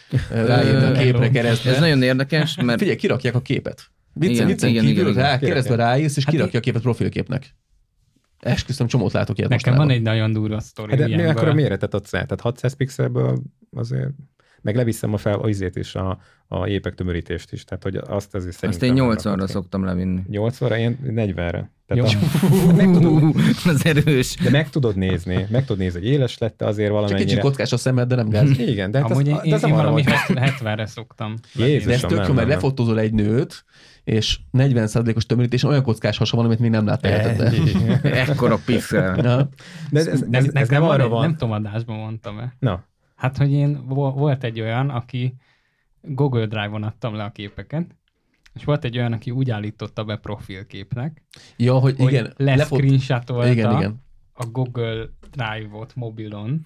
ráírni a képre keresztbe. Ez nagyon érdekes, mert Figyelj, kirakják a képet. Igen, Viccen igen, kívül igen, rá, igen. keresztbe ráírsz, és Hát kirakja a képet profilképnek. Esküszöm, csomót látok ilyet Nekem van mostanában. egy nagyon durva sztori. Hát de mi ilyenből. akkor a méretet adsz el? Tehát 600 pixelből azért, meg leviszem a izét is, a JPEG tömörítést is, tehát hogy azt azért azt szerintem... én nem 80-ra rakod ki. szoktam levinni. 80-ra, én 40-re. Jó. Meg tudod, Az erős. de meg tudod nézni, hogy éles lett azért Csak kicsit valamennyire. kockás a szemed, de nem gáz. Igen, de hát Amúgy de én az nem arra valami van. 70-re szoktam. Jézus. De ez tök jó, nem, mert nem. lefotózol egy nőt, és 40%-os tömörítés, olyan kockás hasa van, amit még nem láttál életedben. Ekkora pixel. Na, De ez Nekem nem arra egy- van. Nem tudom, adásban mondtam-e. Na, Hát, hogy én volt egy olyan, aki Google Drive-on adtam le a képeket, és volt egy olyan, aki úgy állította be profilképnek, ja, hogy hogy igen, leszcreenshotolta igen. a Google Drive-ot mobilon,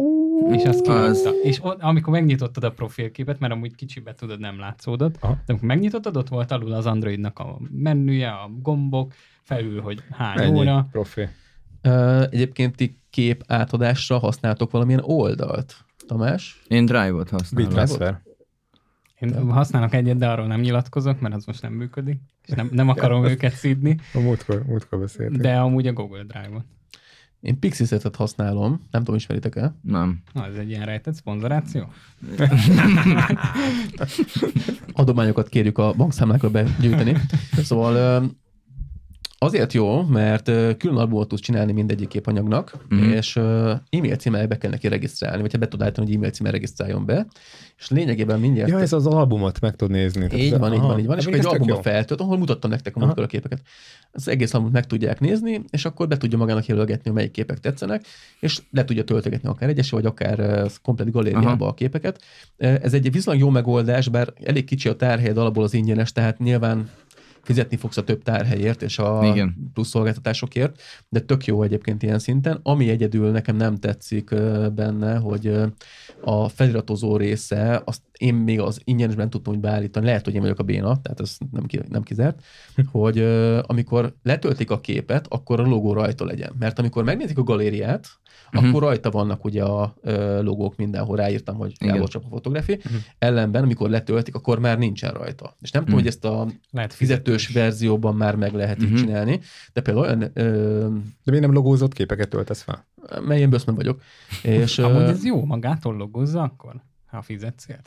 és azt kiadta. És amikor megnyitottad a profilképet, mert amúgy kicsibe tudod, nem látszódott, Aha. de amikor megnyitottad, ott volt alul az Androidnak a menüje, a gombok, felül, hogy hány ennyi, óra. profi. Egyébként ti kép átadásra használtok valamilyen oldalt, Tamás? Én Drive-ot használom. Bittransfer. Én használok egyet, de arról nem nyilatkozok, mert az most nem működik, és nem akarom őket szídni, A múltkor beszéltünk. de amúgy a Google Drive-on. Én Pixieset használom, nem tudom, ismeritek-e? Nem. Na, ez egy ilyen rejtett szponzoráció? Adományokat kérjük a bankszámlákra begyűjteni. Szóval azért jó, mert külön albumot tudsz csinálni mindegyik képanyagnak, és e-mail címmel be kell neki regisztrálni, vagy ha be tudod állítani, hogy e-mail címmel regisztráljon be, és lényegében mindjárt... Ja, ez az albumot meg tud nézni. Így van, így van. És Hát akkor egy albumba feltölt, ahol mutattam nektek a múltkor a képeket. Az egész albumot meg tudják nézni, és akkor be tudja magának jelölgetni, hogy melyik képek tetszenek, és le tudja töltögetni akár egyesre, vagy akár komplet galériába a képeket. Ez egy viszonylag jó megoldás, bár elég kicsi a tárhelyed alapból az ingyenes, tehát nyilván fizetni fogsz a több tárhelyért és a Igen. plusz szolgáltatásokért, de tök jó egyébként ilyen szinten. Ami egyedül nekem nem tetszik benne, hogy a feliratozó része, azt én még az ingyenesben tudtam úgy beállítani, lehet, hogy én vagyok a béna, tehát ez nem kizárt, hogy amikor letöltik a képet, akkor a logó rajta legyen. Mert amikor megnézik a galériát, akkor rajta vannak ugye a logók mindenhol, ráírtam, hogy Gábor Csapa Fotografi, ellenben, amikor letöltik, akkor már nincsen rajta. És nem tudom, hogy ezt a Lehet fizetős verzióban már meg lehet így csinálni, de például olyan, De miért nem logózott képeket töltesz fel? melyen böszmen vagyok, és Amúgy ez jó, magától logozza akkor, ha fizetsz érte?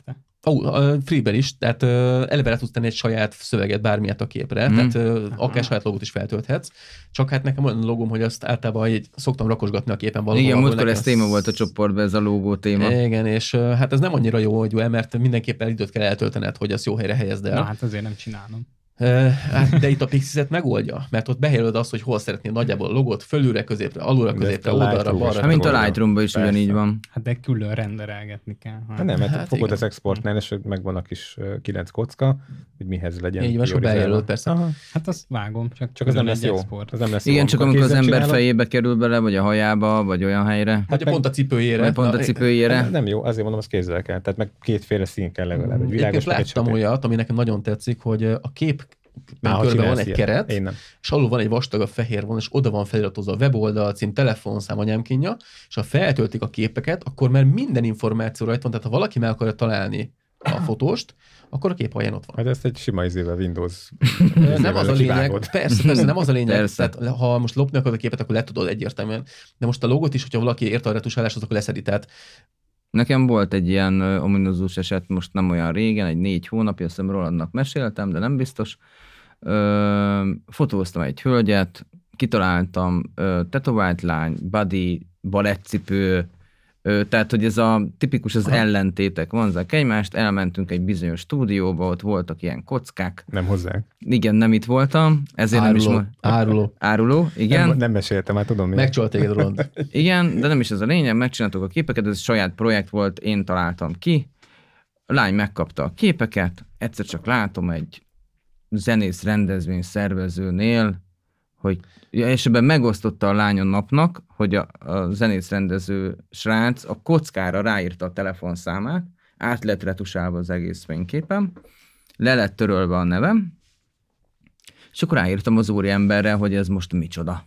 Freeben is, tehát eleve le tudsz tenni egy saját szöveget bármilyet a képre, tehát akár saját logót is feltölthetsz, csak hát nekem olyan logóm, hogy azt általában szoktam rakosgatni a képen valahol. Igen, múltkor ez téma volt a csoportban, ez a logó téma. Igen, és hát ez nem annyira jó, mert mindenképpen időt kell eltöltened, hogy azt jó helyre helyezd el. Na hát azért nem csinálom. De itt a Pixis-et megoldja, mert ott bejelölöd azt, hogy hol szeretnél nagyjából a logót, fölülre, középre, alulra, középre, oldalra, balra. Hát mint a Lightroom-ban is ugyanígy van. Hát de külön renderelgetni kell. Nem, mert fogod az exportnál, és megvan a kis 9 kocka, hogy mihez legyen. Így van, sok bejelölt persze. Aha. Hát azt vágom, csak az nem lesz jó. Az nem lesz igen, jó. csak amikor az ember fejébe kerül bele, vagy a hajába, vagy olyan helyre. Hát pont a cipőjére. Vagy pont a cipőjére. Nem jó, azért mondom, az kézzel kell. Tehát meg kétféle szín kell legalább. Egy világos, láttam olyat, ami nekem nagyon tetszik, hogy a kép körben van egy keret, és alul van egy vastagabb fehér vonal, és oda van feliratozva a weboldal, cím, telefonszám, anyámkínja, és ha feltöltik a képeket, akkor már minden információ rajta van, tehát ha valaki meg akarja találni a fotóst, akkor a kép alján ott van. Hát ezt egy sima izével Windows. Nem az a lényeg, persze, nem az a lényeg. Tehát, ha most lopni akarod a képet, akkor le tudod egyértelműen. De most a logót is, hogyha valaki érte a retusáláshoz, akkor leszedi. Tehát nekem volt egy ilyen ominózus eset most nem olyan régen, egy 4 hónapja, azt hiszem Rolandnak meséltem, de nem biztos. Fotóztam egy hölgyet, kitaláltam tetovált lány, body, balettcipő, tehát, hogy ez a tipikus az ellentétek vonzák egymást, elmentünk egy bizonyos stúdióba, ott voltak ilyen kockák. Nem hozzák. Igen, nem itt voltam, ezért áruló, nem is... Áruló, igen. Nem meséltem, már tudom. Megcsalt téged, Roland. Igen, de nem is ez a lényeg, megcsináltuk a képeket, ez saját projekt volt, én találtam ki. A lány megkapta a képeket, egyszer csak látom egy zenész rendezvény szervezőnél, hogy és ebben megosztotta a lányon napnak, hogy a zenész rendező srác a kockára ráírta a telefonszámát, át lett retusálva az egész fényképen, le lett törölve a nevem, és akkor ráírtam az úriemberre, hogy ez most micsoda.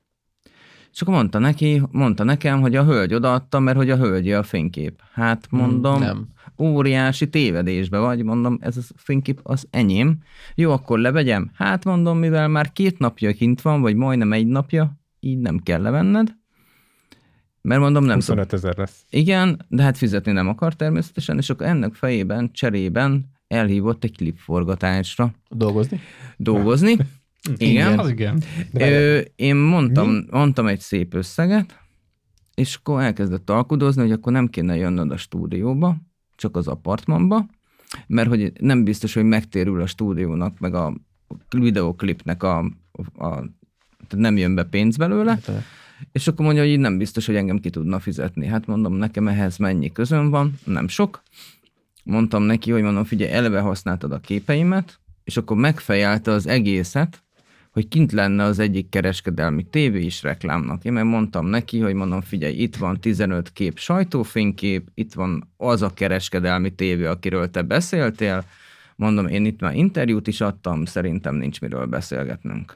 És akkor mondta nekem, hogy a hölgy odaadta, mert hogy a hölgyé a fénykép. Hát mondom, nem. Óriási tévedésbe vagy, mondom, ez a fénykép az enyém. Jó, akkor levegyem? Hát mondom, mivel már 2 napja kint van, vagy majdnem 1 napja, így nem kell levenned. Mert mondom, nem 25 000 lesz. Igen, de hát fizetni nem akar természetesen, és akkor ennek fejében, cserében elhívott egy klipforgatásra. Dolgozni. Igen. Az igen. Én mondtam egy szép összeget, és akkor elkezdett alkudozni, hogy akkor nem kéne jönnöd a stúdióba, csak az apartmanba, mert hogy nem biztos, hogy megtérül a stúdiónak, meg a videoklipnek tehát nem jön be pénz belőle, és akkor mondja, hogy így nem biztos, hogy engem ki tudna fizetni. Hát mondom, nekem ehhez mennyi közöm van, nem sok. Mondtam neki, hogy mondom, figyelj, eleve használtad a képeimet, és akkor megfejelte az egészet, hogy kint lenne az egyik kereskedelmi tévé is reklámnak. Én meg mondtam neki, hogy mondom, figyelj, itt van 15 kép sajtófénykép, itt van az a kereskedelmi tévé, akiről te beszéltél, mondom, én itt már interjút is adtam, szerintem nincs miről beszélgetnünk.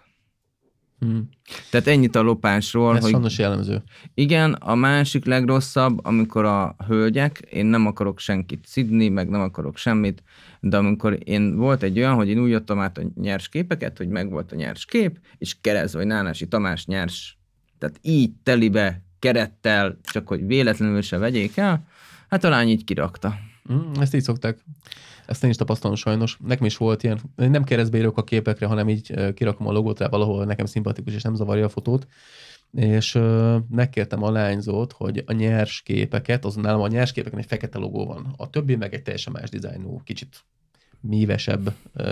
Tehát ennyit a lopásról. Ez sajnos jellemző. Igen, a másik legrosszabb, amikor a hölgyek, én nem akarok senkit szidni, meg nem akarok semmit, de amikor volt egy olyan, hogy én úgy jöttem át a nyers képeket, hogy megvolt a nyers kép, és Kerez vagy Nánási Tamás nyers, tehát így telibe, kerettel, csak hogy véletlenül se vegyék el, hát a lány így kirakta. Ezt így szokták. Ezt én is tapasztalom sajnos. Nekem is volt ilyen, nem keresztbe írok a képekre, hanem így kirakom a logót rá valahol, nekem szimpatikus, és nem zavarja a fotót. És megkértem a lányzót, hogy a nyers képeket, azon nálam a nyers képeken egy fekete logó van. A többi meg egy teljesen más dizájnú, kicsit mívesebb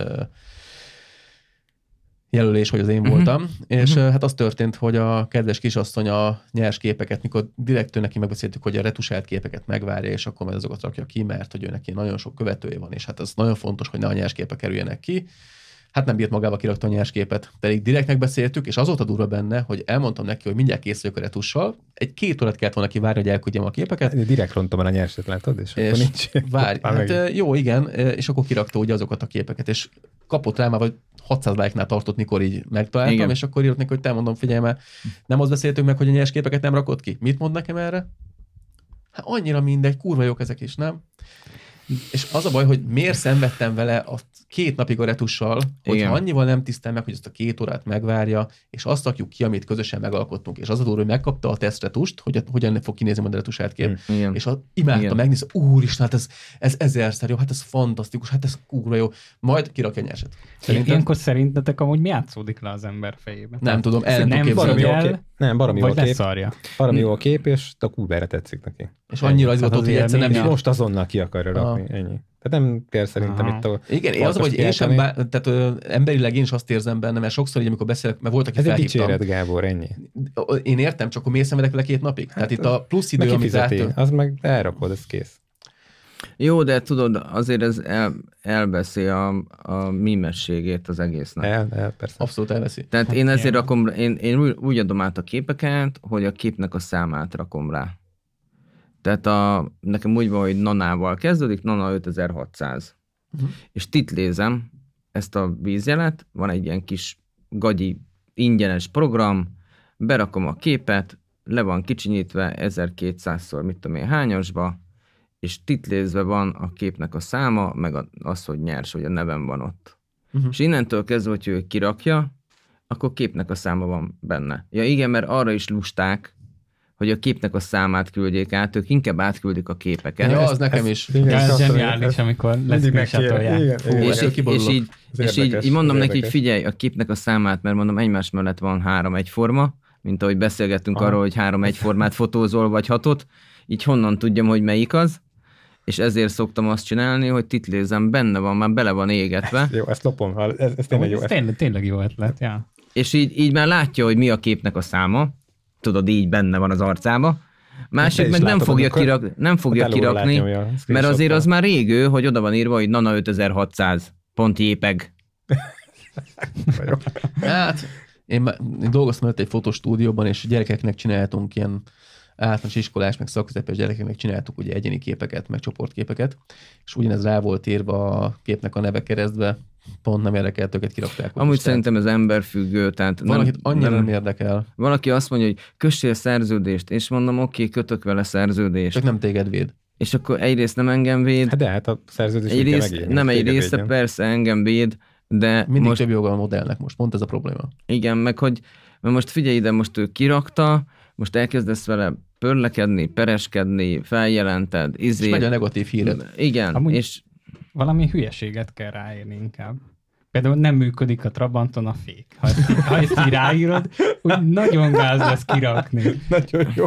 jelölés, hogy az én voltam. És hát az történt, hogy a kedves kisasszony a nyers képeket, mikor direkt neki megbeszéltük, hogy a retusált képeket megvárja, és akkor majd azokat rakja ki, mert hogy ő neki nagyon sok követője van, és hát ez nagyon fontos, hogy ne a nyers képek kerüljenek ki. Hát nem bírt magába kirakta a nyers képet. Pedig direkt megbeszéltük, és az volt a durva benne, hogy elmondtam neki, hogy mindjárt készüljük a retussal. Egy 2 órát kellett volna várni, hogy elküldjem a képeket. Direkt rontom el a nyerset, látod? És akkor nincs. Várj, hát jó, igen, és akkor kirakta ugye azokat a képeket, és kapott rá már, vagy 600 like-nál tartott, mikor így megtaláltam, igen. És akkor írt neki, hogy te mondom, figyelj már, nem azt beszéltünk meg, hogy a nyers képeket nem rakod ki. Mit mond nekem erre? Hát annyira mindegy, kurva jók ezek is, nem? És az a baj, hogy miért szenvedtem vele a 2 napig a retussal, hogyha Igen. annyival nem tisztel meg, hogy ezt a 2 órát megvárja, és azt rakjuk ki, amit közösen megalkottunk, és az a durva, hogy megkapta a tesztretust, hogy hogyan fog kinézni majd a retusátkép, Igen. és imádta Igen. megnézni, úristen, hát ez ezerszer jó, hát ez fantasztikus, hát ez kurva jó, majd kirakja a nyerset. Ilyenkor szerintetek amúgy mi játszódik le az ember fejében? Nem tudom, el nem Nem tudom Baromi képzelni. vagy jó el, kép. Nem, baromi jó vagy kép. leszarja. Baromi jó a kép, és a kurvára tetszik neki. És annyira Tehát izgatott, az hogy egyszer nem élmény, jön. Most azonnal ki akarja rakni, ennyi. Tehát nem kell szerintem Aha. itt a... Igen, én az, hogy én sem, Farkas tehát emberileg én is azt érzem benne, mert sokszor így, amikor beszélek, mert volt, aki Ez egy felhívtam. dicséret, Gábor, ennyi. Én értem, csak akkor miért szenvedek vele 2 napig? Tehát itt a plusz idő, Meg amit kifizeti, rátölt. az meg elrakod, ez kész. Jó, de tudod, azért ez elveszi a mímességét az egésznek. Persze. Abszolút elveszi. Tehát Hát én ezért igen. rakom, én úgy adom át a képeket, hogy a képnek a számát rakom rá. Tehát nekem úgy van, hogy nanával kezdődik, nana 5600. És titlézem ezt a vízjelet, van egy ilyen kis gagyi ingyenes program, berakom a képet, le van kicsinyítve 1200-szor mit tudom én hányasba, és titlézve van a képnek a száma, meg az, hogy nyers, hogy a nevem van ott. És innentől kezdve, hogy ő kirakja, akkor képnek a száma van benne. Ja igen, mert arra is lusták, hogy a képnek a számát küldjék át, ők inkább átküldik a képeket. Ja, az nekem is. Ja, ez azt zseniális, mondom, amikor mindig leszkrinsatolják. megkér- igen, igen. És, Erről kiborulok. és így mondom neki, hogy figyelj, a képnek a számát, mert mondom, egymás mellett van 3 egyforma, mint ahogy beszélgettünk arról, hogy 3 egyformát fotózol, vagy 6-ot, így honnan tudjam, hogy melyik az, és ezért szoktam azt csinálni, hogy titlézem, benne van, már bele van égetve, Jó, ezt lopom, ez tényleg jó. Ez tényleg jó ötlet, ja. és így már látja, hogy mi a képnek a száma, tudod, így benne van az arcába, másik Te meg is nem látod, fogja, amikor nem fogja ott előre kirakni, látnyomja a mert screenshottal. azért az már régő, hogy oda van írva, hogy nana 5600 pont jépeg. Hát, én dolgoztam előtt egy fotostúdióban, és gyerekeknek csináltunk ilyen általános iskolás, meg szakközepes gyerekeknek csináltuk ugye egyéni képeket, meg csoportképeket, és ugyanez rá volt írva a képnek a neve keresztbe, pont nem érdekelt őket, kirakták. Amúgy szerintem ez emberfüggő, tehát valakit annyira nem érdekel, Valaki azt mondja, hogy kössél szerződést, és mondom, oké, kötök vele szerződést. csak nem téged véd. És akkor egyrészt nem engem véd, Hát de hát a szerződés úgy kell egyrészt, megírni, nem hogy egy téged része védjen. persze engem véd, de Mindig most több joga a modellnek most, pont ez a probléma. igen, meg hogy mert most figyelj ide, most ő kirakta, most elkezdesz vele pörlekedni, pereskedni, feljelented, És megy a negatív híred. Igen, Amúgy- és Valami hülyeséget kell ráírni inkább. Például nem működik a Trabanton a fék. Ha ezt így ráírod, úgy nagyon gáz lesz kirakni. Nagyon jó.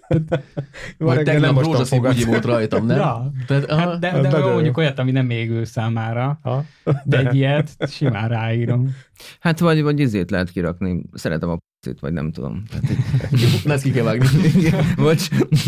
Vagy tegnap rózsaszín bugyi volt rajtam, nem? Ja. Tehát, Hát de nagyon jó. mondjuk olyat, ami nem égő számára, Ha? de egy ilyet simán ráírom. hát vagy izét lehet kirakni, szeretem a p***t, vagy nem tudom. Tehát, ezt ki kell vágni. bocs.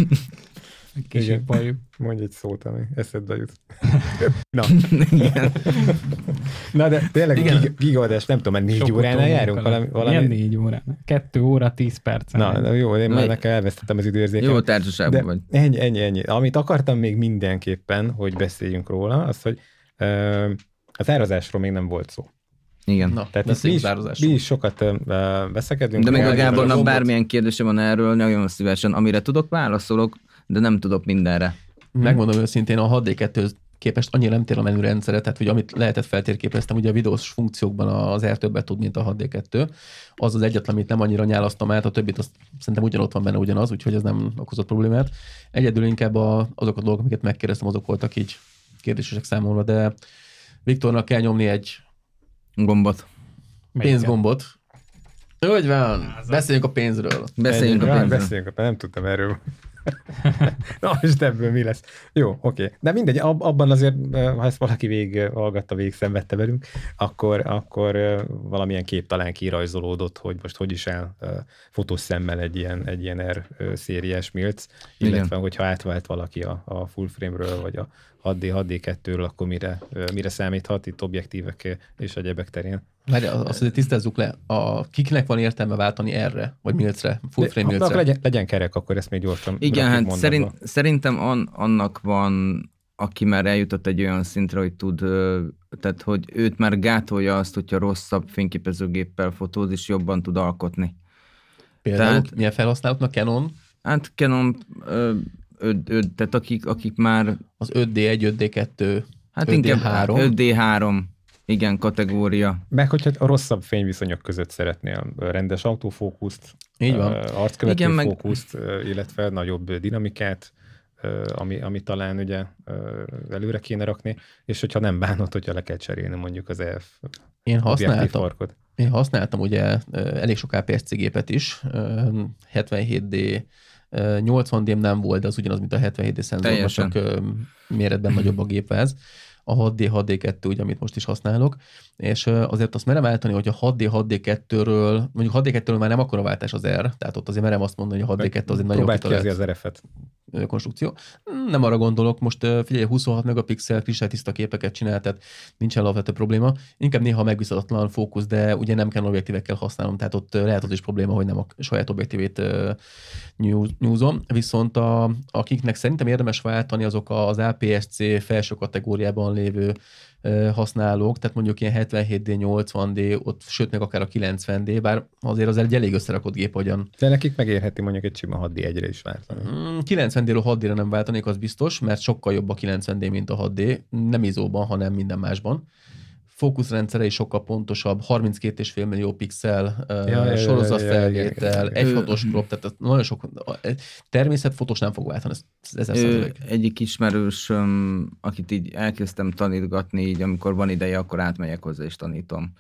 Kis Igen. bajuk. Mondj egy szót, ami eszedbe jut. Na, Igen. na de tényleg gigaadás, nem tudom, mert 4 Sok óránál utómunka járunk lett. valami. Milyen 4 órán? 2 óra, 10 percen. Na jó, én már nekem elvesztettem az időérzéket. Jó társaságban vagy. Ennyi. Amit akartam még mindenképpen, hogy beszéljünk róla, az, hogy az árazásról még nem volt szó. Igen. Na, Tehát itt beszéljünk zározásról. mi is sokat veszekedünk. De még a Elgondolom, Gábornak gombot. bármilyen kérdése van erről, nagyon szívesen. Amire tudok, válaszolok, de nem tudok mindenre. Megmondom őszintén, a 6D2-höz képest annyira nem tér a menürendszere, tehát hogy amit lehetett feltérképeztem, ugye a videós funkciókban az R többet tud, mint a 6D2. Az az egyetlen, amit nem annyira nyálasztam át, a többit azt szerintem ugyanott van benne ugyanaz, úgyhogy ez nem okozott problémát. Egyedül inkább azok a dolgok, amiket megkérdeztem, azok voltak így kérdésesek számomra, de Viktornak kell nyomni egy Gombot. Melyiket? pénzgombot. Úgy van, beszéljünk a pénzről. Beszéljünk a pénzről. Beszéljünk, nem tudtam erről. Na, és ebből mi lesz? Jó, oké. De mindegy, abban azért, ha ezt valaki hallgatta, szenvedte velünk, akkor valamilyen kép talán kirajzolódott, hogy most hogy is áll fotós szemmel egy ilyen R szériás milc, illetve Igen. hogyha átvált valaki a full frame-ről, vagy a 6D2-ről, akkor mire számíthat itt objektívek és egyebek terén. Várj, azt azért tisztázzuk le, kiknek van értelme váltani erre, vagy milcre, full frame Akkor milcre? legyen kerek, akkor ezt még gyorsan Igen, rakjuk hát mondatba. szerintem annak van, aki már eljutott egy olyan szintre, hogy tud, tehát hogy őt már gátolja azt, hogyha rosszabb fényképezőgéppel fotóz, és jobban tud alkotni. Például Tehát- milyen felhasználóknak? Canon, Hát Canon, tehát akik már, az 5D1, 5D2, hát 5D3. inkább 5D3, Igen, kategória. Meg hogyha a rosszabb fényviszonyok között szeretnél rendes autofókuszt, Így van. arckövető Igen, meg- fókuszt, illetve nagyobb dinamikát, ami talán ugye előre kéne rakni, és hogyha nem bánod, hogyha le kell cserélni mondjuk az EF Én objektív használtam. farkot. Én használtam ugye elég sok APS-C gépet is, 77D, 80D nem volt, de az ugyanaz, mint a 77D szenzor, Teljesen. csak méretben nagyobb a gépváz. A 6D, 6D2, ugye, amit most is használok, és azért azt merem állítani, hogy a 6D, 6D2-ről, mondjuk 6D2-ről már nem akkora váltás az R, tehát ott azért merem azt mondani, hogy a 6D2 azért nagyon Próbáld ki kitalált az RF-et. konstrukció. Nem arra gondolok, most figyelj, 26 megapixel kristálytiszta képeket csinál, tehát nincsen alapvető probléma. Inkább néha megbízhatatlan fókusz, de ugye nem kell objektívekkel használnom, tehát ott lehet az is probléma, hogy nem a saját objektívét nyúzom. Viszont akiknek szerintem érdemes váltani, azok az APS-C felső kategóriában lévő használók, tehát mondjuk ilyen 77D, 80D, ott sőt meg akár a 90D, bár azért az egy elég összerakott gép, hogyan. De nekik megérheti mondjuk egy sima 6D1-re is váltani. 90D-ről 6D-re nem váltanék, az biztos, mert sokkal jobb a 90D, mint a 6D, nem izóban, hanem minden másban. Fókuszrendszere is sokkal pontosabb, 32,5 millió pixel, sorozatfelvétel, 1.6-os crop, tehát nagyon sok természetfotós nem fog váltani, ez Egyik ismerősöm, akit így elkezdtem tanítgatni, így amikor van ideje, akkor átmegyek hozzá és tanítom.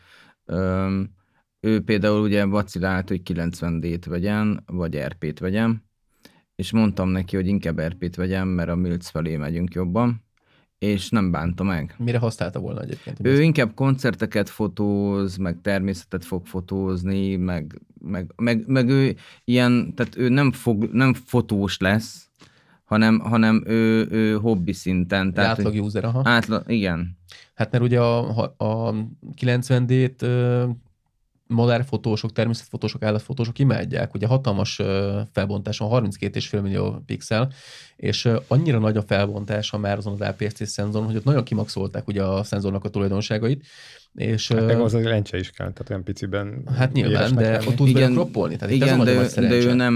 Ő például ugye vacilált, hogy 90D-t vegyen, vagy RP-t vegyen, és mondtam neki, hogy inkább RP-t vegyen, mert a Milc felé megyünk jobban, és nem bánta meg. Mire használta volna egyébként? Ő inkább koncerteket fotóz, meg természetet fog fotózni, meg ő ilyen, tehát ő nem fotós lesz, hanem ő hobbi szinten. Tehát átlag user, aha. Igen. Hát mert ugye a 90D-t modellfotósok, természetfotósok, állatfotósok imádják. Ugye hatalmas felbontáson, 32,5 millió pixel, és annyira nagy a felbontása már azon az APS-C szenzoron, hogy ott nagyon kimaxolták ugye a szenzornak a tulajdonságait. És, hát meg az a lencse is kell, tehát olyan piciben. Hát nyilván, de ott tudsz bele kroppolni. Tehát igen, de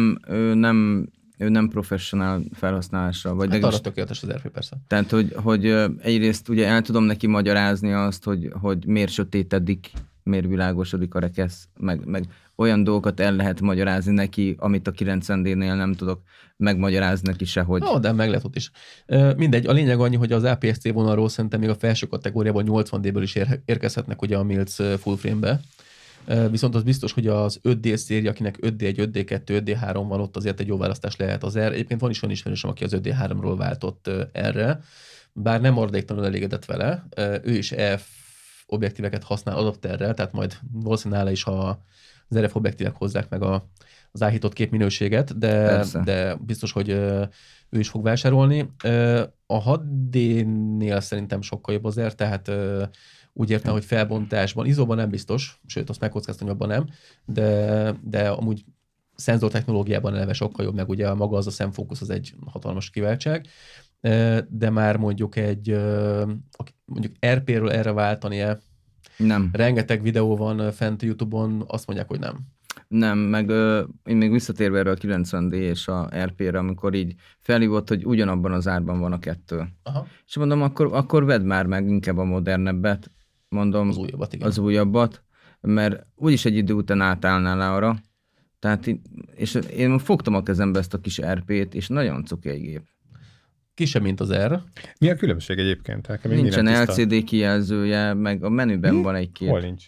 ő nem professionál felhasználásra. Vagy hát arra tökéletes az RP persze. Tehát, hogy egyrészt ugye el tudom neki magyarázni azt, hogy miért sötétedik, miért világosodik a rekesz, meg olyan dolgokat el lehet magyarázni neki, amit a 90D-nél nem tudok megmagyarázni neki sehogy. No, de meg lehet ott is. Mindegy, a lényeg annyi, hogy az APS-C vonalról szerintem még a felső kategóriában 80D-ből is érkezhetnek ugye a Milc full frame-be. Viszont az biztos, hogy az 5D széria, akinek 5D1, 5D2, 5D3 van, ott azért egy jó választás lehet az R. Egyébként van is olyan ismerősöm, aki az 5D3-ról váltott erre, bár nem maradéktalanul elégedett vele. Ő is EF objektíveket használ adapterrel, tehát majd valószínűleg nála is, ha az RF objektívek hozzák meg az áhított képminőséget, de biztos, hogy ő is fog vásárolni. A 6D-nél szerintem sokkal jobb az R, tehát úgy értem, hogy felbontásban, izóban nem biztos, sőt, azt megkockáztam, hogy abban nem, de amúgy szenzor technológiában eleve sokkal jobb, meg ugye maga az a szemfókusz az egy hatalmas kiváltság, de már mondjuk mondjuk RP-ről erre váltani-e? Nem. Rengeteg videó van fent YouTube-on, azt mondják, hogy nem. Nem, meg én még visszatérve erre a 90D és a RP-re, amikor így felhívott, hogy ugyanabban az árban van a kettő. Aha. És mondom, akkor vedd már meg inkább a modernebbet, mondom, az újabbat, mert úgyis egy idő után átállnál le arra. Tehát és én fogtam a kezembe ezt a kis RP-t, és nagyon cuki egy gép. Kisebb, mint az R. Mi a különbség egyébként? Nincsen LCD kijelzője, meg a menüben van egy kép. Hol nincs?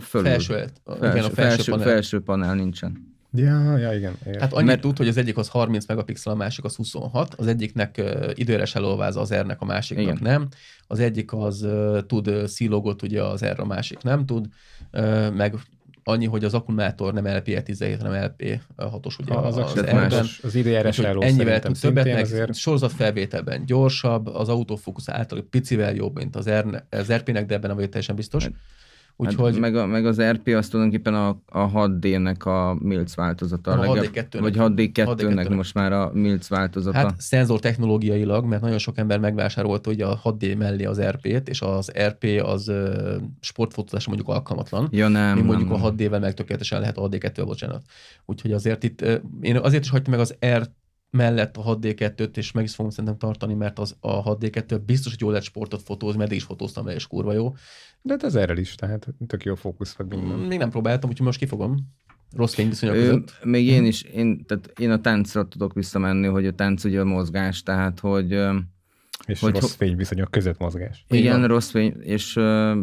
Felső panel nincsen. Ja, igen. Hát annyit tud, hogy az egyik az 30 megapixel, a másik az 26. Az egyiknek időres elolvázza az R-nek, a másiknak igen. Nem. Az egyik az tud szílogot, ugye az R, a másik nem tud. Meg annyi, hogy az akkumulátor nem LP17, hanem LP6-os ugye az R-ben. Az időjárás eló ennyivel tud többet, meg sorozatfelvételben gyorsabb, az autofókusz által picivel jobb, mint az RP-nek, de ebben nem vagyok teljesen biztos. Úgyhogy... Hát meg az RP az tulajdonképpen a 6D-nek a Milc változata. Vagy 6D2-nek most már a Milc változata. Hát szenzor technológiailag, mert nagyon sok ember megvásárolta ugye a 6D mellé az RP-t, és az RP az sportfotózásra mondjuk alkalmatlan. Ja, nem. Mondjuk a 6D-vel meg tökéletesen lehet a 6D2-vel, bocsánat. Úgyhogy azért itt, én azért is hagytam meg az mellett a 6D2-t, és meg is fogom szerintem tartani, mert a 6D2 biztos, hogy jól lehet sportot fotózni, mert is fotóztam vele, és kurva jó. De hát ez erre is, tehát tök jó fókusz meg minden. Még nem próbáltam, úgyhogy most kifogom. Rossz fényviszonyok között. Még én a táncra tudok visszamenni, hogy a tánc ugye a mozgás, tehát hogy... És rossz fényviszonyok között mozgás. Igen, rossz fény, és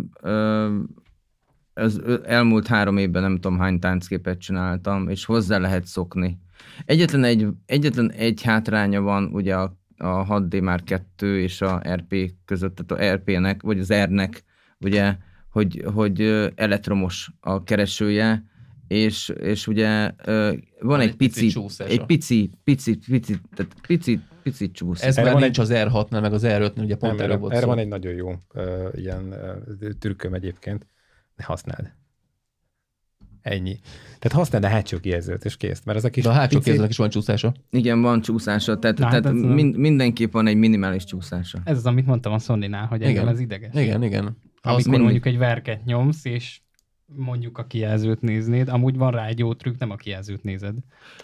az elmúlt 3 évben nem tudom hány táncképet csináltam, és hozzá lehet szokni. Egyetlen egy hátránya van ugye a 6D Mark II és a RP között, tehát a RP-nek, vagy az R-nek, ugye, hogy elektromos a keresője, és ugye van egy pici csúszás. Ez már nincs az R6-nál, meg az R5-nél, ugye pont erről volt erre szó. van egy nagyon jó ilyen trükköm egyébként, de használd. Ennyi. Tehát használd a hátsó kijelzőt, és kész. Mert ez a kis de a hátsó kijelzőnek is van csúszása. Igen, van csúszása, tehát mindenképp van egy minimális csúszása. Ez az, amit mondtam a Sony-nál, hogy engem ez ideges. Igen. Amikor mondjuk egy verket nyomsz, és mondjuk a kijelzőt néznéd, amúgy van rá egy jó trükk, nem a kijelzőt nézed.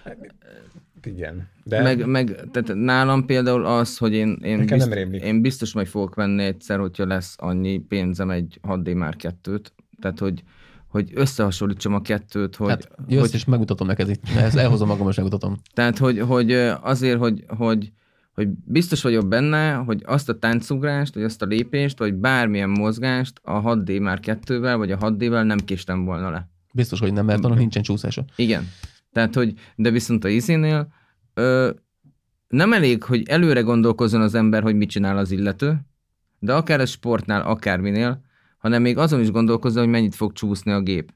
Igen. De... tehát nálam például az, hogy én biztos majd fogok venni egyszer, hogyha lesz annyi pénzem egy 6D Mark II-t, tehát hogy összehasonlítsam a kettőt, hogy... Hát jössz és megmutatom neked itt, ezt elhozom magam és megmutatom. Tehát, hogy azért, hogy biztos vagyok benne, hogy azt a táncugrást, vagy azt a lépést, vagy bármilyen mozgást a 6D Mark II-vel, vagy a 6D-vel nem késtem volna le. Biztos, hogy nem, mert annak nincsen csúszása. Igen. Tehát, de viszont a izénél nem elég, hogy előre gondolkozzon az ember, hogy mit csinál az illető, de akár a sportnál, akárminél, hanem még azon is gondolkozzon, hogy mennyit fog csúszni a gép.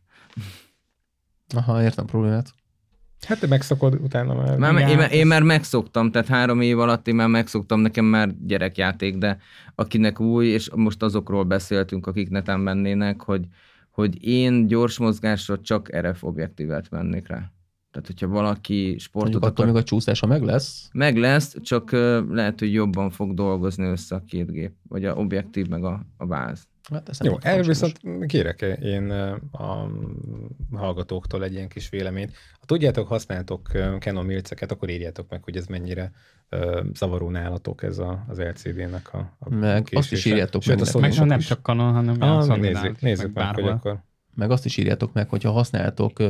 Aha, értem problémát. Hát te megszokod utána már. Én már megszoktam, tehát 3 év alatt én már megszoktam, nekem már gyerekjáték, de akinek új, és most azokról beszéltünk, akik neten mennének, hogy én gyors mozgásra csak RF objektívet vennék rá. Tehát, hogyha valaki sportot akar... még a csúszása meg lesz? Meg lesz, csak lehet, hogy jobban fog dolgozni össze a 2 gép, vagy a objektív, meg a váz. Hát jó, erről viszont kérek én a hallgatóktól egy ilyen kis véleményt. Ha tudjátok, használtok Canon milceket, akkor írjátok meg, hogy ez mennyire zavaró nálatok ez az LCD-nek a meg azt is írjátok meg nem csak Canon, hanem a Sony-nál. Nézzük meg, hogy akkor... Meg azt is írjátok meg, hogyha használtok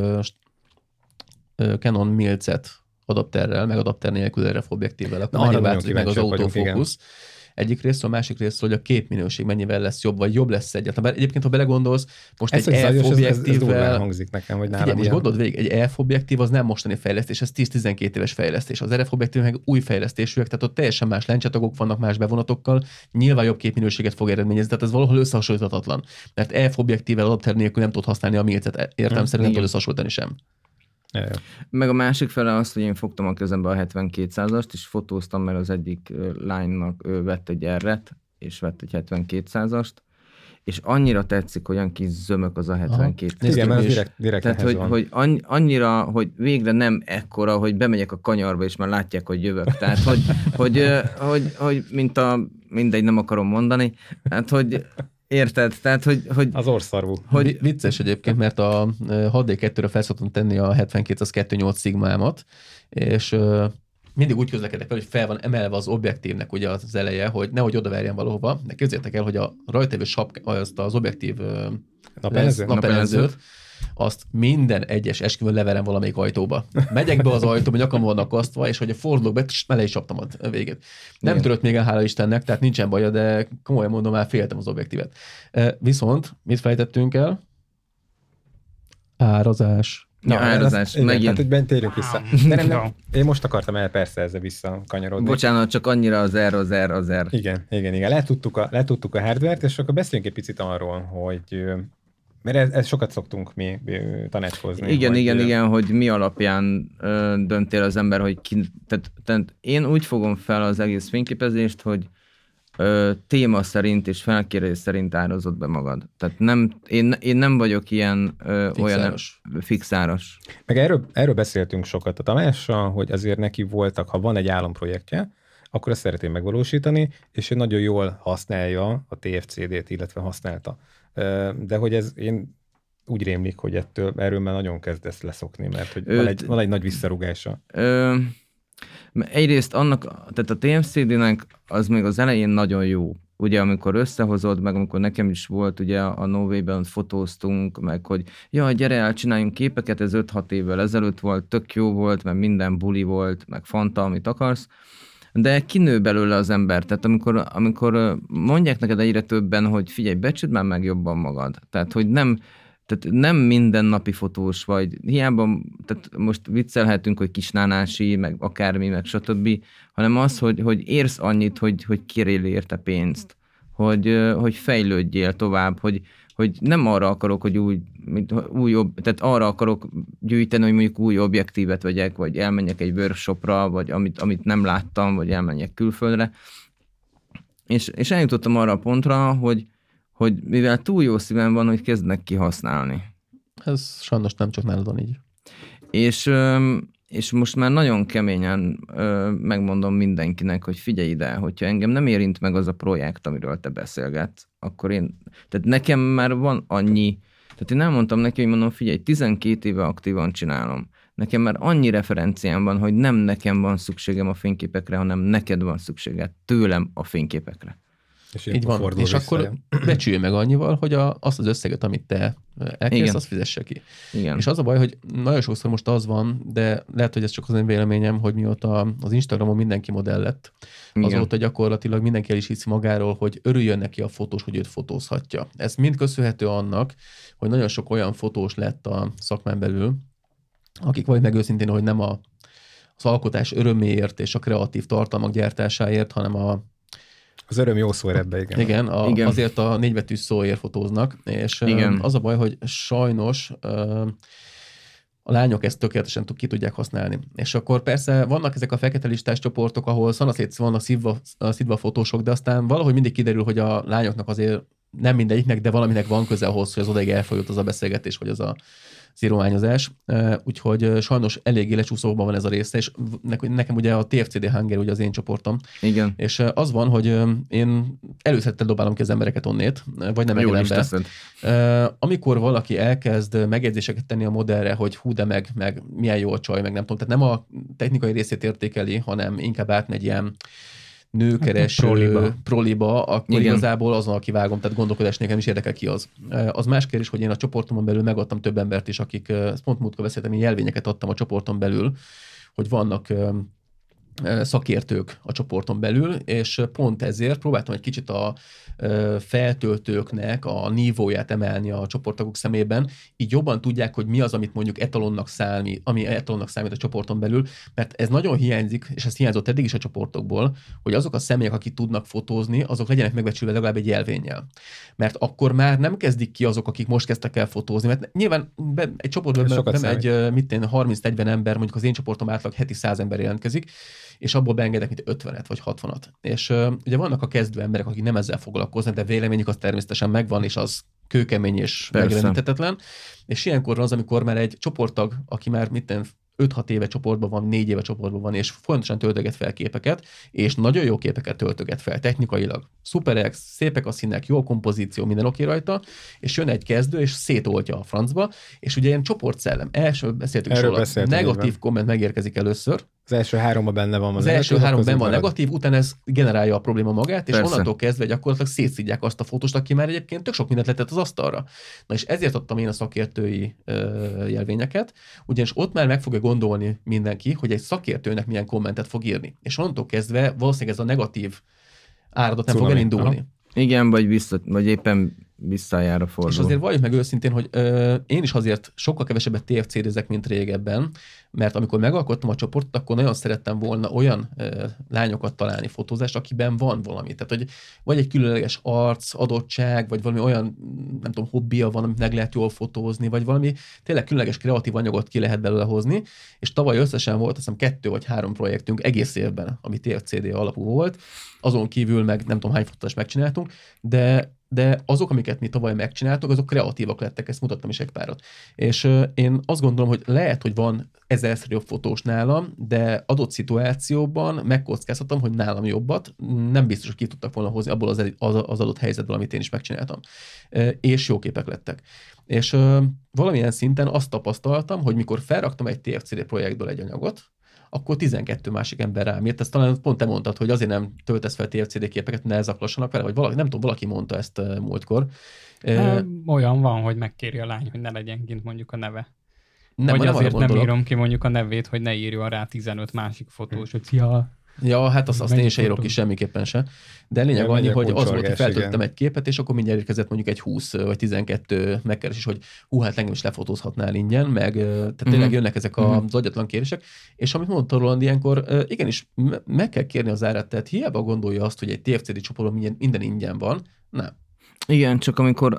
Canon milcet adapterrel, meg adapter nélkül RF objektívvel, akkor mennyire változik meg az autofókusz. Egyik részről, a másik részről, hogy a képminőség mennyivel lesz jobb, vagy jobb lesz egyáltalán. Egyébként, ha belegondolsz, most egy EF objektívvel... hangzik nekem, hogy figyelj, most gondold végig, egy EF objektív az nem mostani fejlesztés, ez 10-12 éves fejlesztés. Az RF objektív meg új fejlesztésűek, tehát ott teljesen más lencsatagok vannak, más bevonatokkal, nyilván jobb képminőséget fog eredményezni, tehát ez valahol összehasonlíthatatlan. Mert EF objektívvel adapter nélkül nem tud használni a milcet, értelemszerűen nem tud összehasonlítani sem. Meg a másik fele azt, hogy én fogtam a kezembe a 7200-ast, és fotóztam, mert az egyik lánynak ő vett egy R-et, és vett egy 7200-ast, és annyira tetszik, olyan kis zömök az a 72. Igen, mert az direkt tehát, hogy annyira, hogy végre nem ekkora, hogy bemegyek a kanyarba, és már látják, hogy jövök. Tehát, hogy mint mindegy, nem akarom mondani, hát, hogy érted? Tehát, hogy az orszarvú. Vicces egyébként, mert a 6D2-re felszoktam tenni a 72-208 szigmámat, és mindig úgy közlekedek fel, hogy fel van emelve az objektívnek ugye az eleje, hogy nehogy odaverjen valahova, de képzeljétek el, hogy a rajta azt az objektív napellenzőt, azt minden egyes esküvőn leverem valamelyik ajtóba. Megyek be az ajtóba, nyakam vannak akasztva, és hogy a fordulok be, le is csaptam a végét. Nem törött még el, hála Istennek, tehát nincsen baja, de komolyan mondom, már féltem az objektívet. Viszont mit fejtettünk el? Árazás. Árazás, megint. Tehát, hogy bent térjünk vissza. De nem. Én most akartam persze ezzel visszakanyarodni. Bocsánat, csak annyira az R. Igen. Letudtuk a hardware-t, és akkor beszéljünk egy picit arról, hogy mert ezt sokat szoktunk mi tanácskozni. Igen, hogy mi alapján döntél az ember, hogy tehát én úgy fogom fel az egész fényképezést, hogy téma szerint és felkérés szerint árazott be magad. Tehát én nem vagyok ilyen olyan fixáros. Meg erről beszéltünk sokat a Tamással, hogy azért neki voltak, ha van egy álomprojektje, akkor ezt szeretném megvalósítani, és ő nagyon jól használja a TFCD-t, illetve használta. De hogy én úgy rémlik, hogy erről már nagyon kezdesz leszokni, mert hogy van egy nagy visszarugása. Egyrészt tehát a TMCD-nek az még az elején nagyon jó. Ugye, amikor összehozod, meg amikor nekem is volt, ugye a No Way-ben fotóztunk, meg hogy jaj, gyere el, csináljunk képeket, ez 5-6 évvel ezelőtt volt, tök jó volt, mert minden buli volt, meg fanta, amit akarsz, de kinő belőle az ember. Tehát amikor mondják neked egyre többen, hogy figyelj, becsüld már meg jobban magad. Tehát, hogy nem mindennapi fotós vagy, hiába, tehát most viccelhetünk, hogy kisnánási, meg akármi, meg stb., hanem az, hogy érsz annyit, hogy kérjél érte pénzt, hogy fejlődjél tovább, hogy nem arra akarok, hogy tehát arra akarok gyűjteni, hogy mondjuk új objektívet vegyek, vagy elmenjek egy workshopra, vagy amit nem láttam, vagy elmenjek külföldre. És eljutottam arra a pontra, hogy mivel túl jó szívem van, hogy kezdnek kihasználni. Ez sajnos nem csak nálad van így. És most már nagyon keményen megmondom mindenkinek, hogy figyelj ide, hogyha engem nem érint meg az a projekt, amiről te beszélgetsz, akkor tehát nekem már van annyi, tehát én elmondtam neki, hogy mondom, figyelj, 12 éve aktívan csinálom. Nekem már annyi referenciám van, hogy nem nekem van szükségem a fényképekre, hanem neked van szükséged tőlem a fényképekre. És így van, és akkor becsülj meg annyival, hogy azt az összeget, amit te elkérsz, azt fizesse ki. Igen. És az a baj, hogy nagyon sokszor most az van, de lehet, hogy ez csak az én véleményem, hogy mióta az Instagramon mindenki modell lett, azóta gyakorlatilag mindenki el is hiszi magáról, hogy örüljön neki a fotós, hogy őt fotózhatja. Ez mind köszönhető annak, hogy nagyon sok olyan fotós lett a szakmán belül, akik vagy meg őszintén, hogy nem az alkotás öröméért és a kreatív tartalmak gyártásáért, hanem az öröm jó szó ebbe, igen. Igen, azért a négybetűs szóért fotóznak, és az a baj, hogy sajnos a lányok ezt tökéletesen ki tudják használni. És akkor persze vannak ezek a fekete listás csoportok, ahol szanaszét vannak szidva fotósok, de aztán valahogy mindig kiderül, hogy a lányoknak azért nem mindegyiknek, de valaminek van köze ahhoz, hogy az odaig elfolyott az a beszélgetés, vagy az a szirományozás, úgyhogy sajnos eléggé lecsúszóban van ez a része, és nekem ugye a TFCD Hungary ugye az én csoportom. Igen. És az van, hogy én előszerettel dobálom ki az embereket onnét, vagy nem engedem be. Amikor valaki elkezd megjegyzéseket tenni a modellre, hogy hú, de meg milyen jó a csaj, meg nem tudom, tehát nem a technikai részét értékeli, hanem inkább átmegy ilyen nőkeres proliba, akkor igen. Igazából azon, aki vágom, tehát gondolkodás nekem is érdekel ki az. Az más kérdés, hogy én a csoportomon belül megadtam több embert is, akik, ezt pont múltkor beszéltem, én jelvényeket adtam a csoporton belül, hogy vannak szakértők a csoporton belül, és pont ezért próbáltam egy kicsit a feltöltőknek a nívóját emelni a csoporttagok szemében, így jobban tudják, hogy mi az, amit mondjuk etalonnak számít a csoporton belül, mert ez nagyon hiányzik, és ez hiányzott eddig is a csoportokból, hogy azok a személyek, akik tudnak fotózni, azok legyenek megbecsülve legalább egy jelvénnyel. Mert akkor már nem kezdik ki azok, akik most kezdtek el fotózni, mert nyilván egy csoportban bemegy 30-40 ember, mondjuk az én csoportom átlag heti 100 ember jelentkezik, és abból beengedek, mint 50-et vagy 60-at. És ugye vannak a kezdő emberek, akik nem ezzel foglalkoznak, de véleményük az természetesen megvan, és az kőkemény és megjeleníthetetlen. És ilyenkor van az, amikor már egy csoporttag, aki már 5-6 éve csoportban van, 4 éve csoportban van, és folyamatosan töltöget fel képeket, és nagyon jó képeket töltöget fel technikailag. Szuperek, szépek a színek, jó a kompozíció, minden oké rajta, és jön egy kezdő, és szétoltja a francba, és ugye ilyen csoportszellem. Első beszéltünk róla, negatív komment megérkezik először. Az első 3-ban benne van. Az első 3-ban van negatív, utána ez generálja a probléma magát, és onnantól kezdve gyakorlatilag szétszidják azt a fotóst, aki már egyébként tök sok mindent letett az asztalra. Na és ezért adtam én a szakértői jelvényeket, ugyanis ott már meg fogja gondolni mindenki, hogy egy szakértőnek milyen kommentet fog írni. És onnantól kezdve valószínűleg ez a negatív áradat nem fog elindulni. Aha. Igen, vagy éppen visszajára fordul. És azért valljuk meg őszintén, hogy én is azért sokkal kevesebbet TFCD-zek, mint régebben, mert amikor megalkottam a csoportot, akkor nagyon szerettem volna olyan lányokat találni fotózást, akiben van valami. Tehát, hogy vagy egy különleges arc, adottság, vagy valami olyan, nem tudom, hobbija van, amit meg lehet jól fotózni, vagy valami tényleg különleges kreatív anyagot ki lehet belőle hozni. És tavaly összesen volt, azt hiszem 2 vagy 3 projektünk egész évben, ami TFCD alapú volt. Azon kívül meg nem tudom hány fotózást megcsináltunk, de azok, amiket mi tavaly megcsináltunk, azok kreatívak lettek, ezt mutattam is egy párat. És én azt gondolom, hogy lehet, hogy van 1000-szer jobb fotós nálam, de adott szituációban megkockáztatom, hogy nálam jobbat nem biztos, hogy ki tudtak volna hozni abból az adott helyzetből, amit én is megcsináltam. És jó képek lettek. És valamilyen szinten azt tapasztaltam, hogy mikor felraktam egy TFCD projektből egy anyagot, akkor 12 másik ember rám írt. Ezt talán pont te mondtad, hogy azért nem töltesz fel TFCD képeket, ne zaklassanak vele, vagy valaki, nem tudom, valaki mondta ezt múltkor. Olyan van, hogy megkéri a lány, hogy ne legyen kint mondjuk a neve. Nem, vagy azért nem gondolok. írom ki mondjuk a nevét, hogy ne írjon rá 15 másik fotós, hogy szia. Ja, hát azt én se írok ki fotó? semmiképpen se. De lényeg Ja, annyi, megy a hogy az volt, hogy kulcsolgás, feltöltöttem igen. egy képet, és akkor mindjárt érkezett mondjuk egy 20 vagy 12 megkeresés, hogy hát engem is lefotózhatnál ingyen, meg tehát tényleg jönnek ezek az agyatlan kérések. És amit mondta Roland ilyenkor, igenis meg kell kérni az árát, tehát hiába gondolja azt, hogy egy TFCD csoportban minden ingyen van, nem. Igen, csak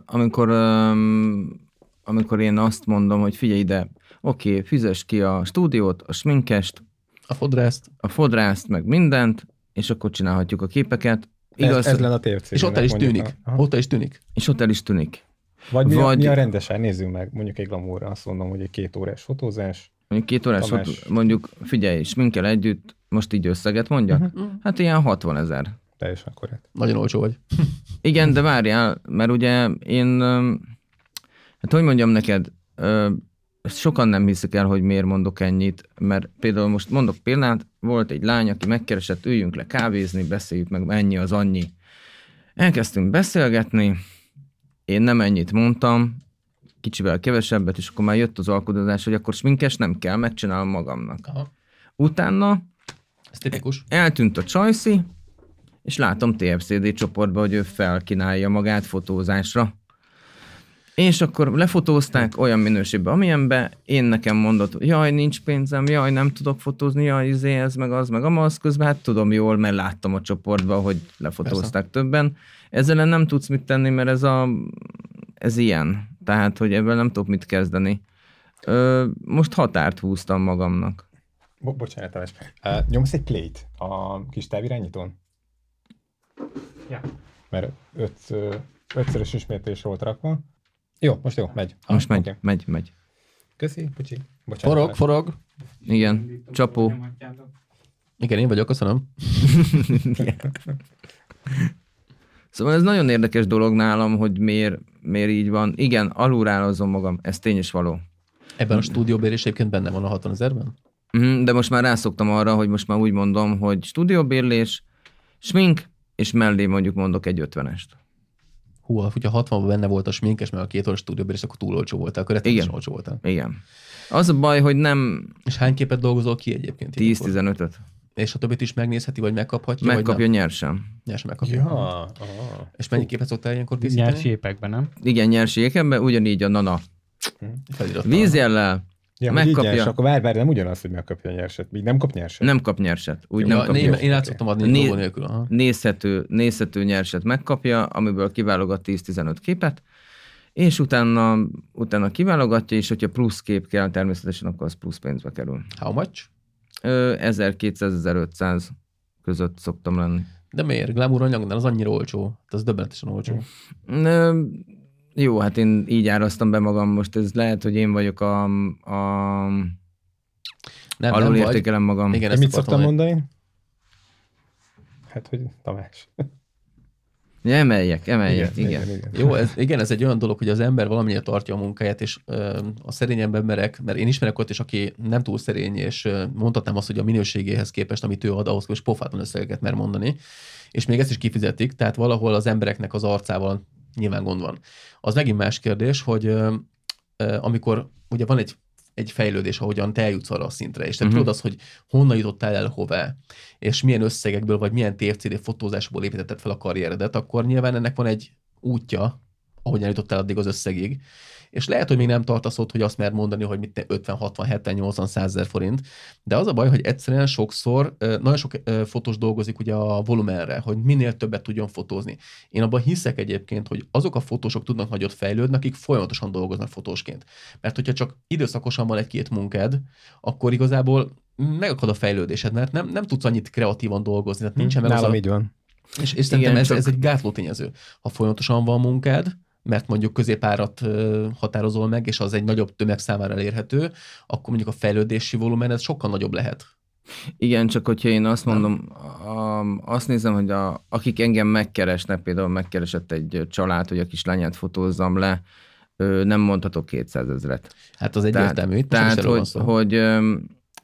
amikor én azt mondom, hogy figyelj ide, oké, fizess ki a stúdiót, a sminkest, A fodrászt, meg mindent, és akkor csinálhatjuk a képeket. Igaz, Ez lenne a TFC. és ott el is tűnik. Ott el is tűnik. és ott el is tűnik. Vagy mi Vagy- a rendesen? Nézzünk meg. Mondjuk egy glamourra azt mondom, hogy egy 2 órás fotózás. Mondjuk 2 órás, Tamás. mondjuk figyelj, sminkkel együtt, most így összeget mondjak, hát ilyen 60 000. Teljesen korrekt. Nagyon olcsó vagy. Igen, de várjál, mert ugye én, hát hogy mondjam neked, ezt sokan nem hiszik el, hogy miért mondok ennyit, mert például most mondok példát, volt egy lány, aki megkeresett, üljünk le kávézni, beszéljük meg, ennyi az annyi. Elkezdtünk beszélgetni, én nem ennyit mondtam, kicsivel kevesebbet, és akkor már jött az alkudozás, hogy akkor sminkes nem kell, megcsinálom magamnak. Aha. Utána Ez tipikus. eltűnt a Csajci, és látom TFCD csoportban, hogy ő felkínálja magát fotózásra. És akkor lefotózták olyan minőségben, amilyenben én nekem mondott, jaj, nincs pénzem, jaj, nem tudok fotózni, jaj, ez meg az, meg amaz, közben hát tudom jól, mert láttam a csoportban, hogy lefotózták többen. Ezzel nem tudsz mit tenni, mert ez ilyen. Tehát, hogy ebben nem tudok mit kezdeni. Most határt húztam magamnak. Bocsánat, Tamás. Nyomsz egy play-t a kis távirányítón? Ja. Mert 5-szörös ismétlés volt rakva. Jó, most jó, megy. Most megy, Oké. megy. Köszi, Pucsi. Bocsánat. Forog. Igen, csapó. Igen, én vagyok, köszönöm. Szóval ez nagyon érdekes dolog nálam, hogy miért így van. Igen, alulrálozom magam, ez tény is való. Ebben a stúdióbérés egyébként benne van a 60 000-ben? De most már rászoktam arra, hogy most már úgy mondom, hogy stúdióbérlés, smink, és mellé mondjuk mondok egy 50-est. Hú, hogyha 60-ban benne volt a sminkes, meg a 2 órás stúdióbérés, akkor túl olcsó voltál, akkor rettenetesen Igen. olcsó voltál. Igen. Az a baj, hogy nem És hány képet dolgozol ki egyébként? ilyenkor? 10-15-öt. És a többit is megnézheti, vagy megkaphatja? Megkapja vagy nyersen. nyersen megkapja. Ja, aha. És mennyi képet szoktál ilyenkor Nyers készíteni? képekben, nem? Igen, nyerségekben, ugyanígy a nana. Felirattal. Vízjellel Ja, hogy így megkapja. nyers, akkor várj, nem ugyanaz, hogy megkapja a nyerset. Még nem kap nyerset. nem kap nyerset. Úgy Ja, nem kapja. én át szoktam adni Né- logo nélkül. Aha. Nézhető nyerset megkapja, amiből kiválogat 10-15 képet, és utána kiválogatja, és hogyha plusz kép kell természetesen, akkor az plusz pénzbe kerül. How much? 1200-1500 között szoktam lenni. De miért? Glamour anyagnál az annyira olcsó. Hát az döbbenetesen olcsó. Jó, hát én így áraztam be magam most, ez lehet, hogy én vagyok Nem alul vagy. értékelem magam. Igen, Te ezt mit akartam szoktam mondani. mondani? Hát, hogy Tamás. Ja, emeljek, igen. Jó, ez egy olyan dolog, hogy az ember valamennyire tartja a munkáját, és a szerényebb emberek, mert én ismerek ott is, aki nem túl szerény, és mondhatnám azt, hogy a minőségéhez képest, amit ő ad, ahhoz képest pofátlan összegeket mer mondani, és még ezt is kifizetik, tehát valahol az embereknek az arcával nyilván gond van. Az megint más kérdés, hogy amikor ugye van egy fejlődés, ahogyan te eljutsz arra a szintre, és te tudod azt, hogy honnan jutottál el hová, és milyen összegekből, vagy milyen TFCD fotózásból építetted fel a karrieredet, akkor nyilván ennek van egy útja, ahogyan jutottál addig az összegig. És lehet, hogy még nem tartasz ott, hogy azt mer mondani, hogy mit 50, 60, 70, 80, 100 000 forint, de az a baj, hogy egyszerűen sokszor nagyon sok fotós dolgozik ugye a volumenre, hogy minél többet tudjon fotózni. Én abban hiszek egyébként, hogy azok a fotósok tudnak nagyot fejlődni, akik folyamatosan dolgoznak fotósként. Mert hogyha csak időszakosan van egy-két munkád, akkor igazából megakad a fejlődésed, mert nem tudsz annyit kreatívan dolgozni, tehát nincsen meg az Nálam a... így van. És szerintem Igen, ez egy gátló tényező. Ha folyamatosan van munkád, mert mondjuk középárat határozol meg, és az egy nagyobb tömeg számára elérhető, akkor mondjuk a fejlődési volumen ez sokkal nagyobb lehet. Igen, csak hogyha én azt mondom, azt nézem, hogy akik engem megkeresnek, például megkeresett egy család, hogy a kislányát fotózzam le, nem mondhatok 200 000-et. Hát az egyértelmű. Itt most Tehát erről van szó. hogy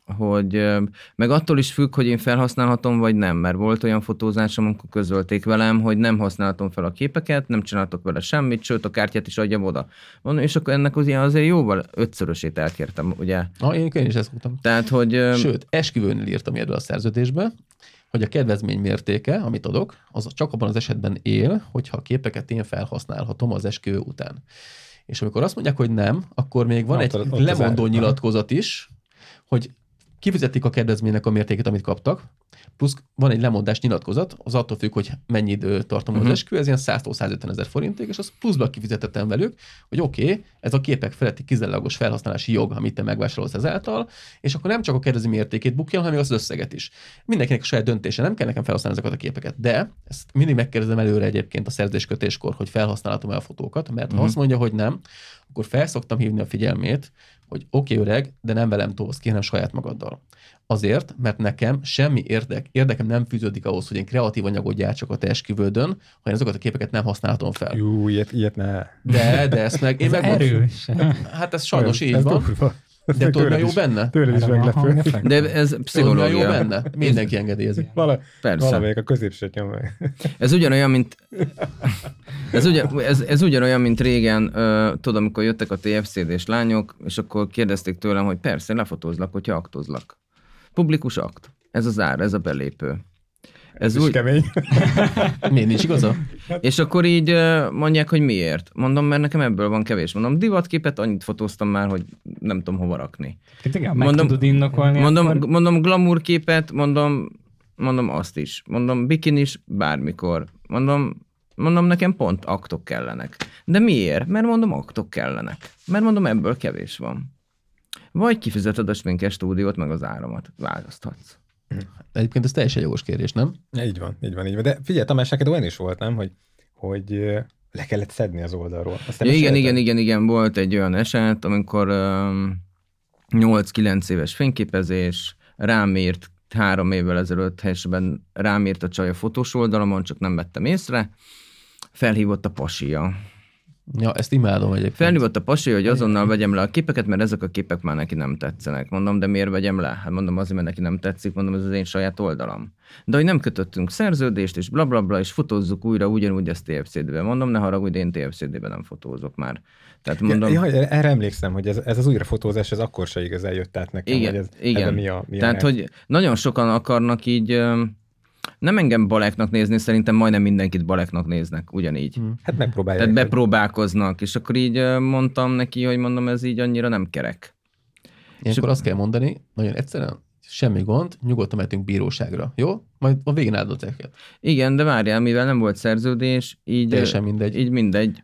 meg attól is függ, hogy én felhasználhatom, vagy nem, mert volt olyan fotózásom, amikor közölték velem, hogy nem használhatom fel a képeket, nem csináltok vele semmit, sőt a kártyát is adjam oda. Mondom, és akkor ennek azért jóval 5-szörösét elkértem, ugye? Én is ezt mondtam. Tehát, hogy... Sőt, esküvőnél írtam erről a szerződésbe, hogy a kedvezmény mértéke, amit adok, az csak abban az esetben él, hogyha a képeket én felhasználhatom az esküvő után. És amikor azt mondják, hogy nem, akkor még van egy lemondó nyilatkozat is, hogy kifizetik a kedvezménynek a mértékét, amit kaptak, plusz van egy lemondás nyilatkozat, az attól függ, hogy mennyi idő tartom az esküvő, ez ilyen 100-150 ezer forintig, és azt pluszba kifizetettem velük, hogy oké, ez a képek feletti kizárólagos felhasználási jog, amit te megvásárolsz ezáltal, és akkor nem csak a kedvezmény mértékét bukja, hanem az összeget is. Mindenkinek a saját döntése, nem kell nekem felhasználni ezeket a képeket, de ezt mindig megkérdezem előre egyébként a szerződéskötéskor, hogy felhasználhatom el a fotókat, mert ha azt mondja, hogy nem, akkor felszoktam hívni a figyelmét, hogy oké, öreg, de nem velem tolsz ki, hanem saját magaddal. Azért, mert nekem semmi érdekem nem fűződik ahhoz, hogy én kreatív anyagot gyártsak a te esküvődön, hanem azokat a képeket nem használhatom fel. Jú, ilyet ne. De ezt meg... Ez erős. Hát ez sajnos így van. De tudod, mi jó benne? Tőled is meglepő. De ez pszichológia. Tudod, mi jó benne? Mindenki engedélyezi. Persze. Valamelyik a középsőt nyom meg. Ez ugyanolyan, mint... Ez ugyanolyan, mint régen, tudom, amikor jöttek a TFCD-s lányok, és akkor kérdezték tőlem, hogy persze, lefotózlak, hogyha aktózlak. Publikus akt. Ez az ár, ez a belépő. Ez úgy kemény. Miért nincs igaza? És akkor így mondják, hogy miért. Mondom, mert nekem ebből van kevés. Mondom, divatképet annyit fotóztam már, hogy nem tudom hova rakni. Tudod indokolni. Mondom glamour képet, mondom azt is. Mondom bikinis bármikor. Mondom, nekem pont aktok kellenek. De miért? Mert mondom, aktok kellenek. Mert mondom, ebből kevés van. Vagy kifizeted a sminkes stúdiót, meg az áramat. Választhatsz. Egyébként ez teljesen jogos kérdés, nem? Így van. De figyelj, Tamás, neked olyan is volt, nem? Hogy le kellett szedni az oldalról. Ja, igen, volt egy olyan eset, amikor 8-9 éves fényképezés, rám írt 3 évvel ezelőtt helyesben rám írt a csaj a fotós oldalamon, csak nem vettem észre. Felhívott a pasia. Ja, ezt imádom egyébként. Felhívott a pasi, hogy azonnal vegyem le a képeket, mert ezek a képek már neki nem tetszenek. Mondom, de miért vegyem le? Hát mondom, azért, mert neki nem tetszik, mondom, ez az én saját oldalam. De hogy nem kötöttünk szerződést, és blablabla, és fotózzuk újra ugyanúgy ezt TFCD-ben. Mondom, ne haragudj, én TFCD-ben nem fotózok már. Tehát mondom... Ja, erre emlékszem, hogy ez az újrafotózás, ez akkor se igazán jött át nekem. Igen. Mi a tehát, hogy nagyon sokan akarnak így... Nem engem baleknak nézni, szerintem majdnem mindenkit baleknak néznek, ugyanígy. Hát megpróbálják. Tehát bepróbálkoznak, és akkor így mondtam neki, hogy mondom, ez így annyira nem kerek. Ilyenkor azt kell mondani, nagyon egyszerűen, semmi gond, nyugodtan mehetünk bíróságra, jó? Majd a végén áldott ezeket. Igen, de várjál, mivel nem volt szerződés, így... Teljesen mindegy. Így mindegy.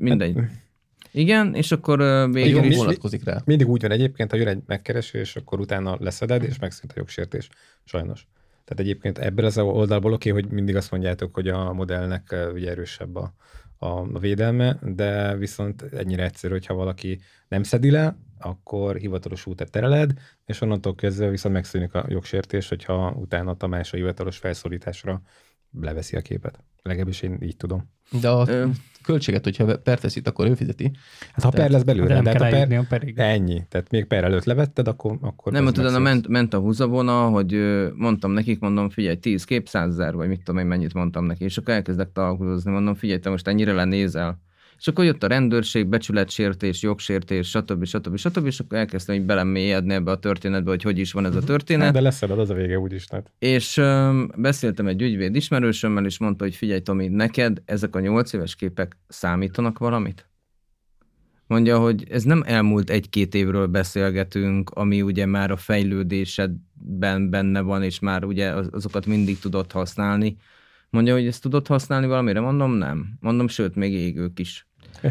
Igen, és akkor végül is... vonatkozik rá. Mindig úgy van egyébként, ha jön egy megkereső, és akkor utána leszeded, és megszűnt a jogsértés. Sajnos. Tehát egyébként ebből az oldalból oké, hogy mindig azt mondjátok, hogy a modellnek ugye erősebb a védelme, de viszont ennyire egyszerű, hogyha valaki nem szedi le, akkor hivatalos útet tereled, és onnantól kezdve viszont megszűnik a jogsértés, hogyha utána Tamás a hivatalos felszólításra leveszi a képet. Legalábbis én így tudom. De a költséget, hogyha perteszít, akkor ő fizeti. Hát ha per lesz belőle, de hát a perig. Ennyi. Tehát még per előtt levetted, akkor nem, utána ment a húzavona, hogy mondtam nekik, mondom, figyelj, 10 kép, 100 000, vagy mit tudom én, mennyit mondtam neki, és akkor elkezdek találkozni, mondom, figyelj, te most ennyire lenézel. És akkor jött a rendőrség, becsületsértés, jogsértés, stb. És akkor elkezdtem így belemélyedni ebbe a történetbe, hogy is van ez a történet. De leszeded, az a vége úgyis. És beszéltem egy ügyvéd ismerősömmel, és mondta, hogy figyelj, Tomi, neked ezek a 8 éves képek számítanak valamit? Mondja, hogy ez nem elmúlt 1-2 évről beszélgetünk, ami ugye már a fejlődésedben benne van, és már ugye azokat mindig tudod használni. Mondja, hogy ezt tudod használni valamire? Mondom, nem. Mondom, sőt, még égők is.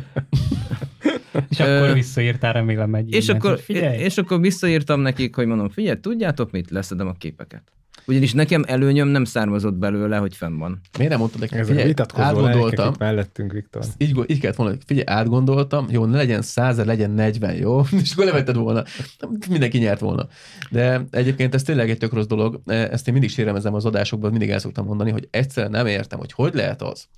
És akkor visszaírtál, remélem egy és akkor visszaírtam nekik, hogy mondom, figyelj, tudjátok mit? Leszedem a képeket. Ugyanis nekem előnyöm nem származott belőle, hogy fenn van. Miért nem mondtad nekem? Figyelj, átgondoltam. Mellettünk, Viktor. Így kellett volna, figyelj, átgondoltam, jó, ne legyen 100, legyen 40, jó? És akkor levetted volna. Mindenki nyert volna. De egyébként ez tényleg egy tök rossz dolog. Ezt én mindig sérelmezem az adásokban, mindig el szoktam mondani, hogy egyszerűen nem értem, hogy lehet az,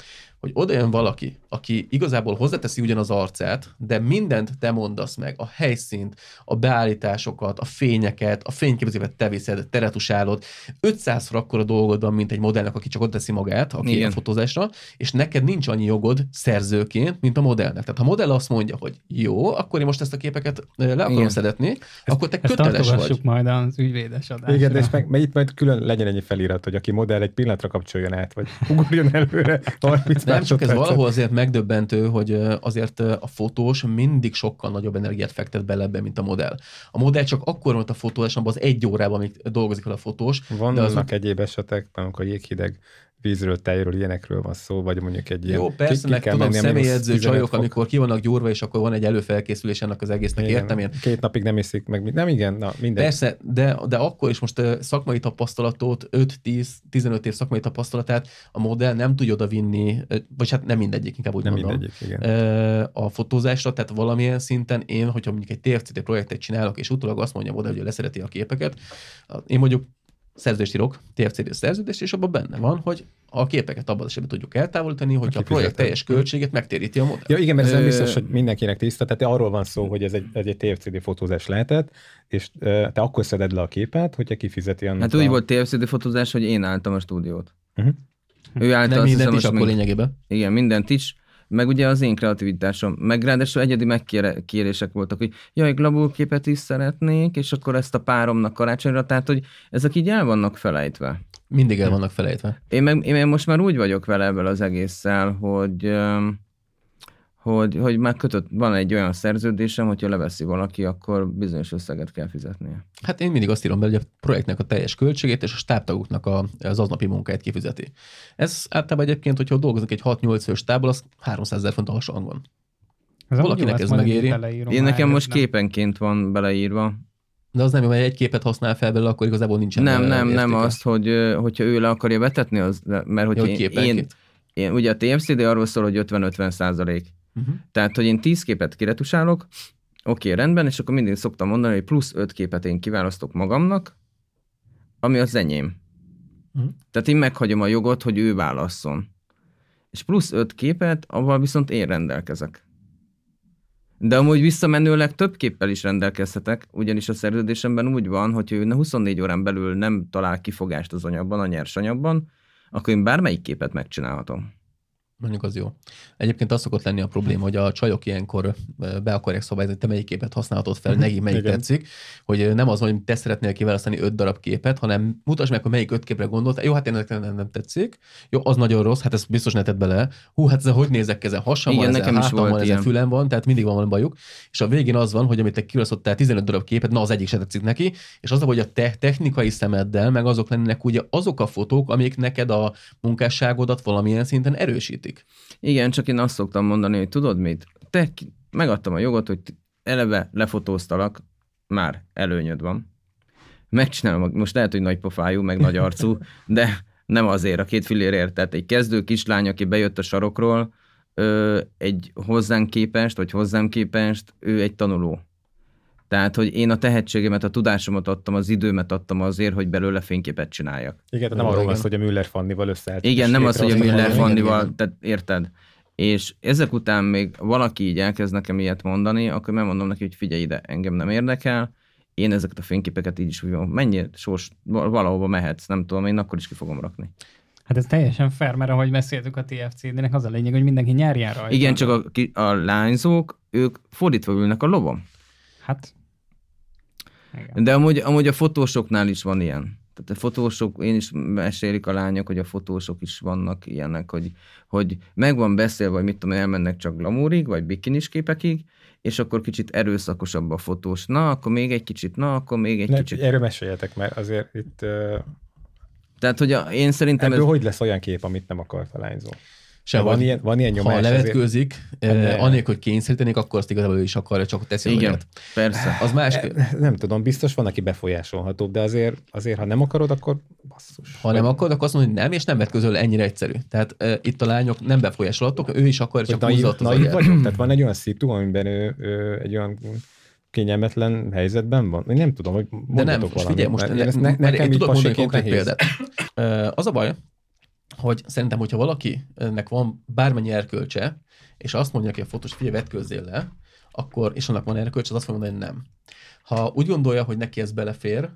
hogy oda jön valaki, aki igazából hozzáteszi ugyanaz arcát, de mindent te mondasz meg, a helyszínt, a beállításokat, a fényeket, a fényképezőket te viszed, te retusálod, 500-szor akkora dolgod van, mint egy modellnek, aki csak ott teszi magát a fotózásra, és neked nincs annyi jogod szerzőként, mint a modellnek. Tehát ha a modell azt mondja, hogy jó, akkor én most ezt a képeket le akarom szedetni, akkor te köteles vagy. Majd az ügyvédes adásra. Igen, de és meg itt majd külön legyen egy felirat, hogy aki modell egy pillanatra kapcsoljon át, vagy ugorjon előre 30 Nem csak ez valahol azért megdöbbentő, hogy azért a fotós mindig sokkal nagyobb energiát fektet bele ebbe, mint a modell. A modell csak akkor van a fotózás, abban az 1 órában, amíg dolgozik a fotós. Vannak egyéb esetek, amikor jéghideg vízről, tejről, ilyenekről van szó, vagy mondjuk egy ilyen... Jó, persze, meg tudom, személyedző csajok, amikor ki vannak gyúrva, és akkor van egy előfelkészülés ennek az egésznek, igen, értem én. 2 napig nem iszik, meg nem igen, na mindegy. Persze, de akkor is most szakmai tapasztalatot, 5-10-15 év szakmai tapasztalatát a modell nem tudja oda vinni, vagy hát nem mindegyik, inkább úgy nem mondom, mindegyik, igen. A fotózásra, tehát valamilyen szinten én, hogyha mondjuk egy TFCT projektet csinálok, és utólag azt mondja a modell, hogy leszereti a képeket, én mondjuk szerződést írok, TFCD szerződést, és abban benne van, hogy a képeket abban az esetben tudjuk eltávolítani, hogyha a projekt teljes költséget megtéríti a modell. Ja, igen, mert ez nem biztos, hogy mindenkinek tiszta, tehát arról van szó, hogy ez egy TFCD fotózás lehetett, és te akkor szeded le a képet, hogyha kifizeti annak. Hát úgy volt TFCD fotózás, hogy én álltam a stúdiót. Ő állt, mindent is akkor lényegében. Igen, mindent is. Meg ugye az én kreativitásom, meg ráadásul egyedi megkérések voltak, hogy jaj, glabulképet is szeretnék, és akkor ezt a páromnak karácsonyra, tehát hogy ezek így el vannak felejtve. Mindig el vannak felejtve. Én most már úgy vagyok vele ebből az egésszel, hogy már van egy olyan szerződésem, hogyha leveszi valaki, akkor bizonyos összeget kell fizetnie. Hát én mindig azt írom be, hogy a projektnek a teljes költségét és a stábtagoknak az aznapi munkáját kifizeti. Ez általában egyébként, hogyha dolgozunk egy 6-8 fős stábbal, az 300 000 font a hasangon. Valakinek ez megéri. Én nekem most képenként van beleírva. De az nem jó, mert egy képet használ fel belőle, akkor igazából nincsen. Nem azt, hogyha ő le akarja vetetni, mert hogyha én ugye a TFCD arról szól, hogy 50-50%. Tehát, hogy én 10 képet kiretusálok, oké, rendben, és akkor mindig szoktam mondani, hogy plusz 5 képet én kiválasztok magamnak, ami az enyém. Tehát én meghagyom a jogot, hogy ő válasszon. És plusz 5 képet, avval viszont én rendelkezek. De amúgy visszamenőleg több képpel is rendelkezhetek, ugyanis a szerződésemben úgy van, hogy ő 24 órán belül nem talál kifogást az anyagban, a nyersanyagban, akkor én bármelyik képet megcsinálhatom. Mondjuk az jó. Egyébként az szokott lenni a probléma, hogy a csajok ilyenkor be akarják szabályozni, te melyik képet használhatod fel, neki melyik tetszik, hogy nem az, hogy te szeretnél kiválasztani 5 darab képet, hanem mutasd meg, hogy melyik 5 képre gondolt. Jó, hát én nem tetszik. Jó, az nagyon rossz, hát ezt biztos ne tedd bele. Hú, hát ez hogy nézek ezen? Hasam van, ezen hátam van, ezen fülem van, tehát mindig van valami bajuk. És a végén az van, hogy amit te kiválasztottál 15 darab képet, na az egyik se tetszik neki, és az, hogy a te technikai szemeddel, meg azok lennének ugye azok a fotók, amik neked a munkásságodat valamilyen szinten erősítik. Igen, csak én azt szoktam mondani, hogy tudod mit? Te megadtam a jogot, hogy eleve lefotóztalak, már előnyöd van. Megcsinálom, most lehet, hogy nagy pofájú, meg nagy arcú, de nem azért a 2 fillérért. Tehát egy kezdő kislány, aki bejött a sarokról, egy hozzám képest, ő egy tanuló. Tehát, hogy én a tehetségemet, a tudásomat adtam, az időmet adtam azért, hogy belőle fényképet csináljak. Igen, nem arról van szó, hogy a Müller Fannival összeállt. Igen, nem az, hogy a Müller Fannival, tehát érted? És ezek után még valaki így elkezd nekem ilyet mondani, akkor megmondom neki, hogy figyelj ide, engem nem érdekel, én ezeket a fényképeket így is úgy mondom, mennyi sors, valahova mehetsz, nem tudom, én akkor is ki fogom rakni. Hát ez teljesen fair, mert ahogy beszéltük a TFCD-nek, az a lényeg, hogy mindenki nyerjen rajta. Igen, csak a lányzók, ők fordítva ülnek a lovon. Hát... Igen. De amúgy a fotósoknál is van ilyen. Tehát a fotósok, én is mesélik a lányok, hogy a fotósok is vannak ilyenek, hogy meg van beszélve, vagy mit tudom, elmennek csak glamourig, vagy bikinis képekig, és akkor kicsit erőszakosabb a fotós. Na, akkor még egy kicsit, akkor még egy kicsit. Erről meséljetek, mert azért itt... Tehát, hogy én szerintem ebből hogy lesz olyan kép, amit nem akart a lányzó? Van ilyen nyomás. Ha levetkőzik, anélkül, hogy kényszerítenék, akkor azt igazából ő is akarja, csak teszi. Igen, persze. Az más... Nem tudom, biztos van, aki befolyásolható, de azért ha nem akarod, akkor basszus. Ha nem akarod, akkor azt mondod, hogy nem, és nem vetközöl, ennyire egyszerű. Tehát itt a lányok nem befolyásolhatók, ő is akarja, csak húzza az agyát. Tehát van egy olyan szitu, amiben ő egy olyan kényelmetlen helyzetben van? Én nem tudom, hogy mondhatok valamit. Figyelj, most nekem így tudok mondani konkrét példát. Az a baj, hogy szerintem, hogyha valakinek van bármennyi erkölcse, és azt mondja neki a fotós, figyelj, vetkőzzél le, akkor, és annak van erkölcse, az azt fogja mondani, hogy nem. Ha úgy gondolja, hogy neki ez belefér,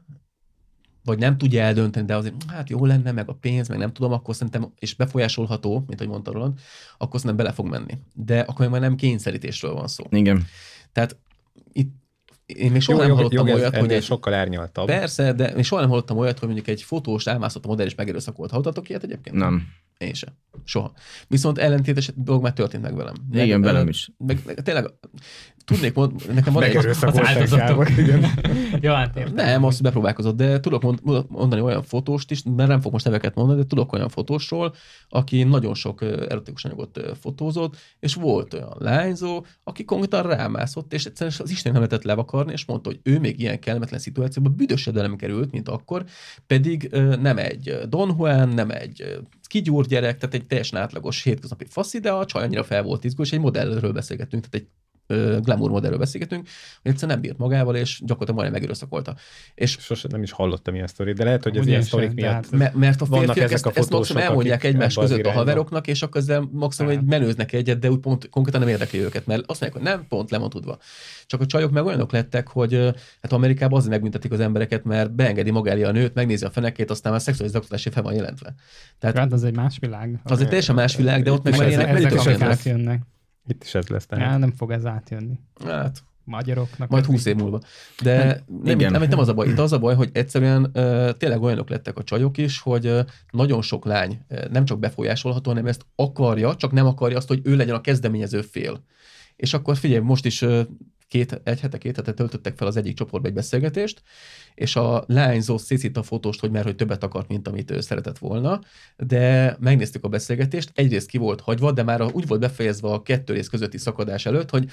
vagy nem tudja eldönteni, de azért, hát jó lenne, meg a pénz, meg nem tudom, akkor szerintem, és befolyásolható, mint ahogy mondta Roland, akkor szerintem bele fog menni. De akkor már nem kényszerítésről van szó. Igen. Tehát itt én még soha nem hallottam olyat, hogy egy... sokkal árnyaltabb. Persze, de még soha nem hallottam olyat, hogy mondjuk egy fotós elmászott a modell és megerőszakolt. Hallottatok ilyet egyébként? Nem. Én sem. Soha. Viszont ellentétes dolog már történt meg velem. Igen, velem is. Meg tényleg, tudnék nekem van egy... áldozatok. Jó, hát értem. Nem, azt bepróbálkozott, de tudok mondani olyan fotóst is, mert nem fog most neveket mondani, de tudok olyan fotósról, aki nagyon sok erotikus anyagot fotózott, és volt olyan lányzó, aki konkrétan rámászott, és egyszerűen az Isten nem lehetett levakarni, és mondta, hogy ő még ilyen kellemetlen szituációban büdösebb nem került, mint akkor, pedig nem egy Don Juan, nem egy kigyúr gyerek, tehát egy teljesen átlagos hétköznapi faszi, de a csaj annyira fel volt izgulva, és egy modellről beszélgettünk, tehát egy glamour modellről beszélgetünk, hogy egyszerűen nem bírt magával, és gyakorlatilag majdnem megöröszakolta. És sose nem is hallottam ilyen sztorit, de lehet, hogy az ilyen sztorik miatt mert a vannak férfiak ezek a ezt maximum elmondják egymás között a haveroknak, és akkor ezzel maximum hogy menőznek egyet, de úgy pont konkrétan nem érdekli őket, mert azt mondják, hogy nem, pont le van tudva. Csak a csajok meg olyanok lettek, hogy hát Amerikában azért megbüntetik az embereket, mert beengedi magára a nőt, megnézi a fenekét, aztán már szexuális zaklatásé fel van jelentve. Tehát hát az egy más világ. Az egy teljesen más világ, de ott meg már ezek átjönnek. Itt is ez lesz. Ja, nem fog ez átjönni. Hát, magyaroknak. majd 20 év múlva. De nem az a baj. Itt az a baj, hogy egyszerűen tényleg olyanok lettek a csajok is, hogy nagyon sok lány nem csak befolyásolható, hanem ezt akarja, csak nem akarja azt, hogy ő legyen a kezdeményező fél. És akkor figyelj, most is két hete töltöttek fel az egyik csoportba egy beszélgetést, és a lányzó szétszítta a fotóst, hogy hogy többet akart, mint amit ő szeretett volna, de megnéztük a beszélgetést, egyrészt ki volt hagyva, de már úgy volt befejezve a 2 rész közötti szakadás előtt, hogy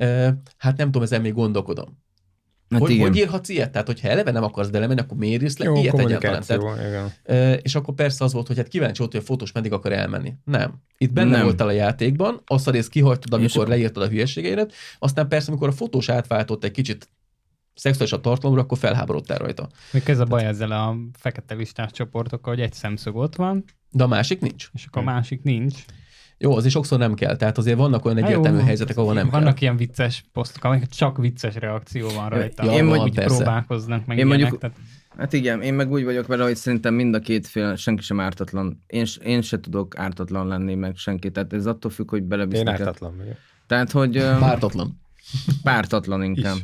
hát nem tudom, ezen még gondolkodom. Hát hogy írhatsz ilyet? Tehát, hogyha eleve nem akarsz belemenni, akkor miért írsz le ilyet egyáltalán? Tehát, és akkor persze az volt, hogy hát kíváncsi volt, hogy a fotós meddig akar elmenni. Nem. Itt benne voltál a játékban, azt a részt kihagytad, amikor leírtad a hülyeségeidet, aztán persze, amikor a fotós átváltott egy kicsit szexuális a tartalomra, akkor felháborodtál rajta. Még ez a baj ezzel a fekete listás csoportokkal, hogy egy szemszög ott van, de a másik nincs. És akkor a másik nincs. Jó, azért sokszor nem kell. Tehát azért vannak olyan egyértelmű helyzetek, ahol nem vannak kell. ilyen vicces posztok, amik csak vicces reakció van rajta. Ja, én úgy próbálkoznak meg én ilyenek. Mondjuk, tehát... Hát igen, én meg úgy vagyok vele, hogy szerintem mind a két fél, senki sem ártatlan. Én se tudok ártatlan lenni, meg senki. Tehát ez attól függ, hogy belevisznek. Én ártatlan vagyok. Tehát, hogy... Pártatlan. Pártatlan inkább.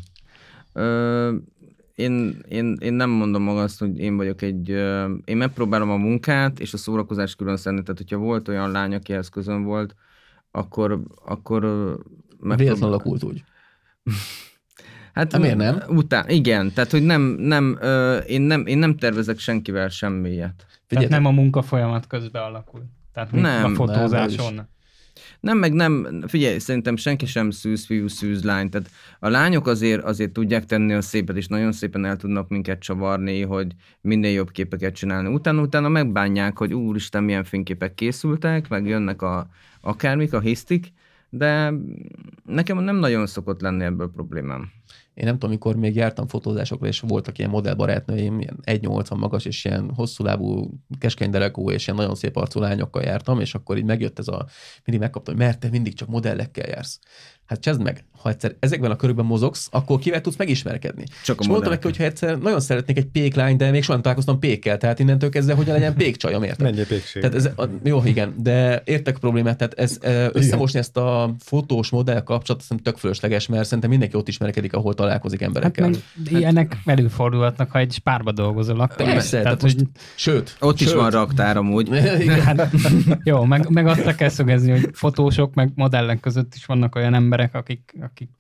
Én nem mondom maga azt, hogy én vagyok én megpróbálom a munkát, és a szórakozást külön szedni. Tehát, hogyha volt olyan lány, akihez közön volt, akkor véletlenül alakult úgy. Hát miért nem? Igen, tehát, hogy én nem tervezek senkivel semmilyet. Tehát nem a munka folyamat közben alakul. Tehát nem, a fotózáson. Nem, figyelj, szerintem senki sem szűz fiú, szűz lány. Tehát a lányok azért tudják tenni a szépet, és nagyon szépen el tudnak minket csavarni, hogy minél jobb képeket csinálni. Utána megbánják, hogy úristen, milyen fényképek készültek, meg jönnek akármik, a hisztik, de nekem nem nagyon szokott lenni ebből problémám. Én nem tudom, mikor még jártam fotózásokra, és voltak ilyen modellbarátnőim, ilyen 1,80 magas, és ilyen hosszúlábú, keskeny derekú, és ilyen nagyon szép arcú lányokkal jártam, és akkor így megjött mindig megkaptam, hogy mert te mindig csak modellekkel jársz. Hát csezd meg, ha egyszer ezekben a körökben mozogsz, akkor kivel tudsz megismerkedni. Csak és mondtam neki, hogy ha egyszer nagyon szeretnék egy péklány, de még soha nem találkoztam pékkel, tehát innentől kezdve, hogyan legyen pékcsajom, érted? Mennyi pékség. Tehát jó, igen, de értek problémát, tehát összemosni ezt a fotós modell kapcsolatot szerintem tök fölösleges, mert szerintem mindenki ott ismerkedik, ahol találkozik emberekkel. Hát ilyenek előfordulhatnak, ha egy spárba dolgozol. Persze, tehát most, sőt. Ott is van raktár amúgy. Hát, jó, meg azt kell szögezni, hogy fotósok, meg modellek között is vannak olyan emberek, akik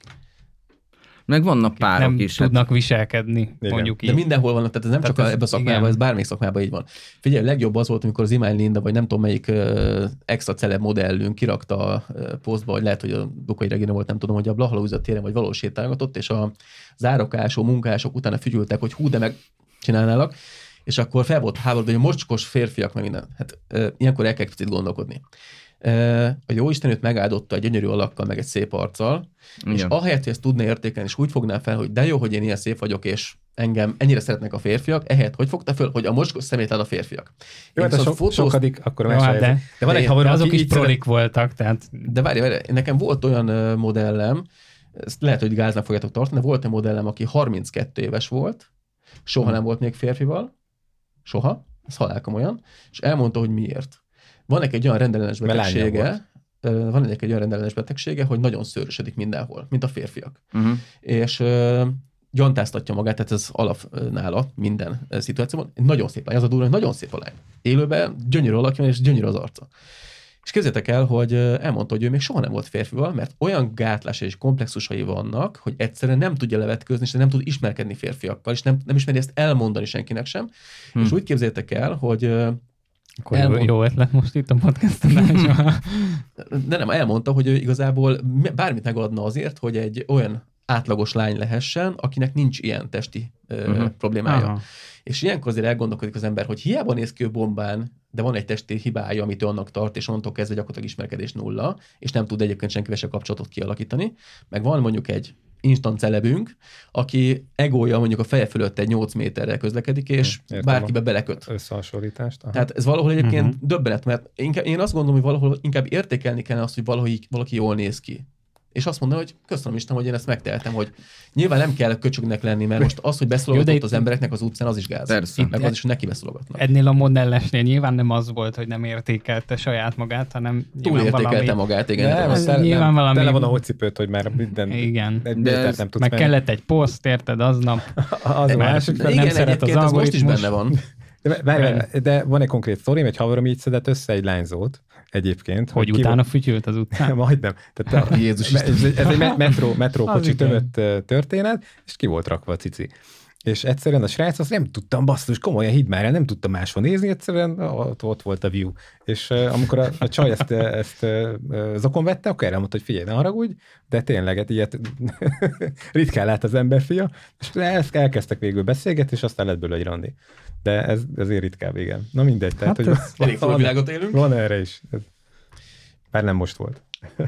meg vannak párok nem is. tudnak viselkedni, mondjuk így. De mindenhol vannak, tehát ez nem csak ebben a szakmában, ez bármelyik szakmában így van. Figyelj, legjobb az volt, amikor az Imány Linda, vagy nem tudom melyik extra celeb modellünk kirakta a posztba, vagy lehet, hogy a Dukai Regina volt, nem tudom, hogy a Blahalújza téren vagy valahol sétálgatott, és a zárokások, munkások utána fügyültek, hogy hú, de meg csinálnálak, és akkor fel volt háborodva, hogy mocskos férfiak, meg minden. Hát ilyenkor el kell picit gondolkodni. A Jóisten őt megáldotta egy gyönyörű alakkal, meg egy szép arccal, és ahelyett, hogy ezt tudna értékelni, és úgy fogná fel, hogy de jó, hogy én ilyen szép vagyok, és engem ennyire szeretnek a férfiak, ehelyett hogy fogta föl, hogy a mocskos szemétlen a férfiak. Jó, hát sokadik, akkor Jó, más de, helyzet. De van egy de haverom, azok aki is így prolik voltak, tehát De várj, nekem volt olyan modellem, ezt lehet, hogy gáznak fogjátok tartani, de volt egy modellem, aki 32 éves volt, soha nem volt még férfival, soha, ez halálkomolyan, és elmondta, hogy miért. Van egy olyan rendellenes betegsége, hogy nagyon szőrösödik mindenhol, mint a férfiak. És gyantáztatja magát, tehát ez alap nála minden szituációban. Nagyon szép lány, az a durva, nagyon szép a lány. Élőben gyönyörű alakja és gyönyörű az arca. És képzeljétek el, hogy elmondta, hogy ő még soha nem volt férfival, mert olyan gátlásai és komplexusai vannak, hogy egyszerűen nem tudja levetkőzni, és nem tud ismerkedni férfiakkal, és nem ismeri ezt elmondani senkinek sem. És úgy képzeljétek el, hogy akkor jó ötlet most itt a podcast-adásban. De nem, elmondta, hogy ő igazából bármit megadna azért, hogy egy olyan átlagos lány lehessen, akinek nincs ilyen testi problémája. Aha. És ilyenkor azért elgondolkodik az ember, hogy hiába néz ki ő bombán, de van egy testi hibája, amit ő annak tart, és onnantól kezdve gyakorlatilag ismerkedés nulla, és nem tud egyébként senkivel se kapcsolatot kialakítani. Meg van mondjuk egy instant celebünk, aki egója mondjuk a feje fölött egy 8 méterrel közlekedik, és bárkibe beleköt. Összehasonlítást. Aha. Tehát ez valahol egyébként döbbenet, mert én azt gondolom, hogy valahol inkább értékelni kellene azt, hogy valaki jól néz ki. És azt mondom, hogy köszönöm Isten, hogy én ezt megtehetem, hogy nyilván nem kell köcsögnek lenni, mert most az, hogy beszólogatott az embereknek az utcán, az is gáz. Persze. Meg az is, hogy neki beszólogatnak. Ennél a modellesnél nyilván nem az volt, hogy nem értékelte saját magát, hanem túlértékelte magát, igen. Nyilván valami... Tele van a hocipőt, hogy már minden... Igen. Nem tudsz meg kellett egy poszt, érted, aznap. Az másik. Nem szeret az ez most is algoritmus. benne van. De van egy konkrét sztorim, egy haverom így szedett össze egy lányzót egyébként. Hogy utána fütyült az utcán? Majdnem. Tehát Jézus ez egy metrókocsi tömött történet, és ki volt rakva a cici. És egyszerűen a srác azt nem tudtam, basszus, komolyan hidd már el, nem tudtam máshol nézni, egyszerűen ott volt a view. És amikor a csaj ezt zokon vette, akkor erre mondta, hogy figyelj, ne haragudj, de tényleg, ilyet ritkán lát az emberfia, és elkezdtek végül beszélgetni, és aztán lett belőle egy randi. De ez azért ritkább, igen. Na mindegy. Tehát, Hát hogy elég full világot élünk. Van erre is. Bár nem most volt.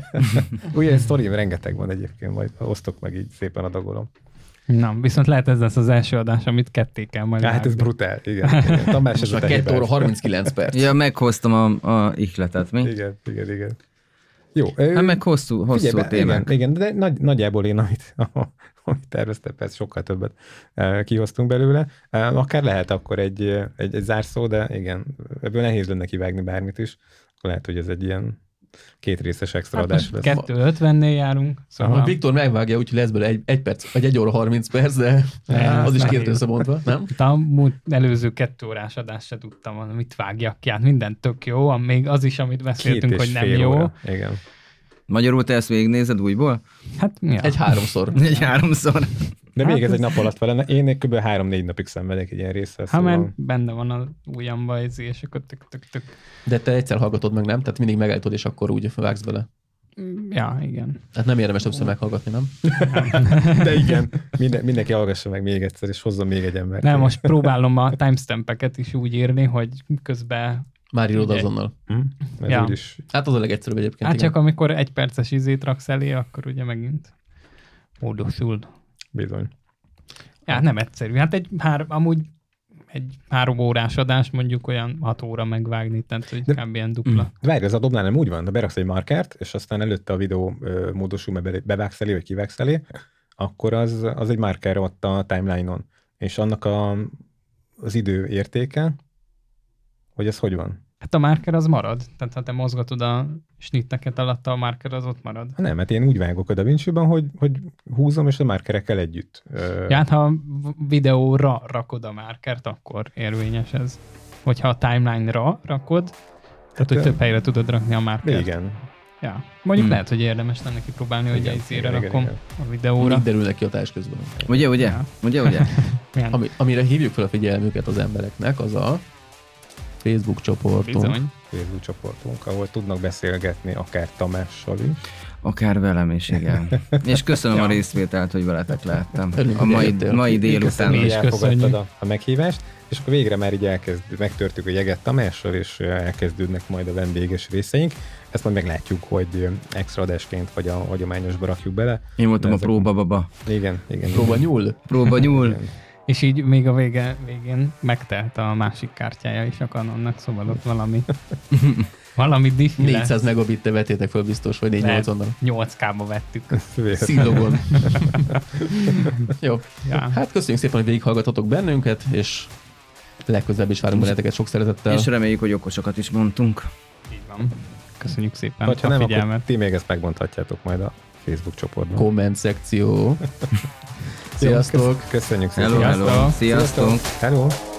Ugye, sztorim rengeteg van egyébként, majd osztok meg így szépen adagolom. Na, viszont lehet ez lesz az első adás, amit ketté kell majd. Hát ez brutál, igen. Tamás Most már 2 óra 39 perc. Ja, meghoztam a ihletet, mi? Igen. Jó. Hát meg hosszú témák. Igen, de nagyjából én, amit terveztem, persze sokkal többet kihoztunk belőle. Akár lehet akkor egy zárszó, de igen, ebből nehéz lenne kivágni bármit is. Lehet, hogy ez egy ilyen 2 részes extra adás lesz. 2:50-nél járunk. Szóval... Viktor megvágja, úgyhogy lesz belőle egy perc, vagy 1 óra 30 perc, de az is 2 összebontva, nem? A előző 2 órás adást se tudtam volna, mit vágjak ki. Hát minden tök jó, még az is, amit beszéltünk, hogy nem jó. Óra. Igen. Magyarul te ezt végignézed újból? Hát ja. Egy 3-szor. Egy 3-szor. De még ez egy nap alatt vele. Én kb. 3-4 napig szenvedek egy ilyen résszel. Ha szóval... mert benne van a ujjamba és akkor tök. De te egyszer hallgatod meg, nem? Tehát mindig megállítod, és akkor úgy vágsz bele. Ja, igen. Hát nem érdemes többször meghallgatni, nem? De igen, mindenki hallgassa meg még egyszer, és hozzon még egy embert. Nem, most próbálom a timestampeket is úgy írni, hogy közben... Már írod azonnal. Ja. Is... Hát az a legegyszerűbb egyébként. Hát csak amikor 1 perces izét raksz elé, akkor ugye megint módosul. Bizony. Ja, nem egyszerű. Hát amúgy egy 3 órás adás mondjuk olyan 6 óra megvágni, tehát hogy kb. Ilyen dupla. Várj, ez a dobnál nem úgy van, de beraksz egy markert, és aztán előtte a videó módosul, mert bevágsz elé, vagy kivágsz elé, akkor az egy marker ott a timeline-on. És annak az idő értéke, hogy ez hogy van? Hát a marker az marad. Tehát ha te mozgatod a snitteket alatt, a marker az ott marad. Nem, hát én úgy vágok a DaVinci-ban, hogy húzom, és a markerekkel együtt. Ja, hát ha videóra rakod a markert, akkor érvényes ez. Hogyha a timeline-ra rakod, tehát hogy több helyre tudod rakni a markert. Igen. Ja. Mondjuk lehet, hogy érdemes lenne kipróbálni, hogy egyszerre rakom a videóra. Mit derül neki a társ közben. Ugye? Ja. Ugye? Amire hívjuk fel a figyelmüket az embereknek, az a Facebook csoportunk. Bizony. Facebook csoportunk, ahol tudnak beszélgetni akár Tamással is. Akár velem is, igen. És köszönöm a részvételt, hogy veletek lehettem. A mai délután. Köszönöm, hogy elfogadtad köszönjük a meghívást, és akkor végre már így megtörtük a jeget Tamással, és elkezdődnek majd a vendéges részeink. Ezt majd meglátjuk, hogy extra adásként vagy a hagyományosba rakjuk bele. Én voltam a próbababa. Igen. Próba nyúl. Próba nyúl. És így még a végén megtelt a másik kártyája is a Canonnak, szóval ott valami diffi 400 megabit-te vettétek föl biztos, vagy 480-nal. 8K-ba vettük. Szillogon. Jó. Ja. Hát köszönjük szépen, hogy végighallgatatok bennünket, és legközelebb is várunk benneteket sok szeretettel. És reméljük, hogy okosokat is mondtunk. Így van. Köszönjük szépen Vagy ha a nem, figyelmet. akkor ti még ezt megmondhatjátok majd a Facebook csoportban. Komment szekció. Sziasztok! Köszönjük szépen. Hello, hello. Sziasztok. Sziasztok. Hello.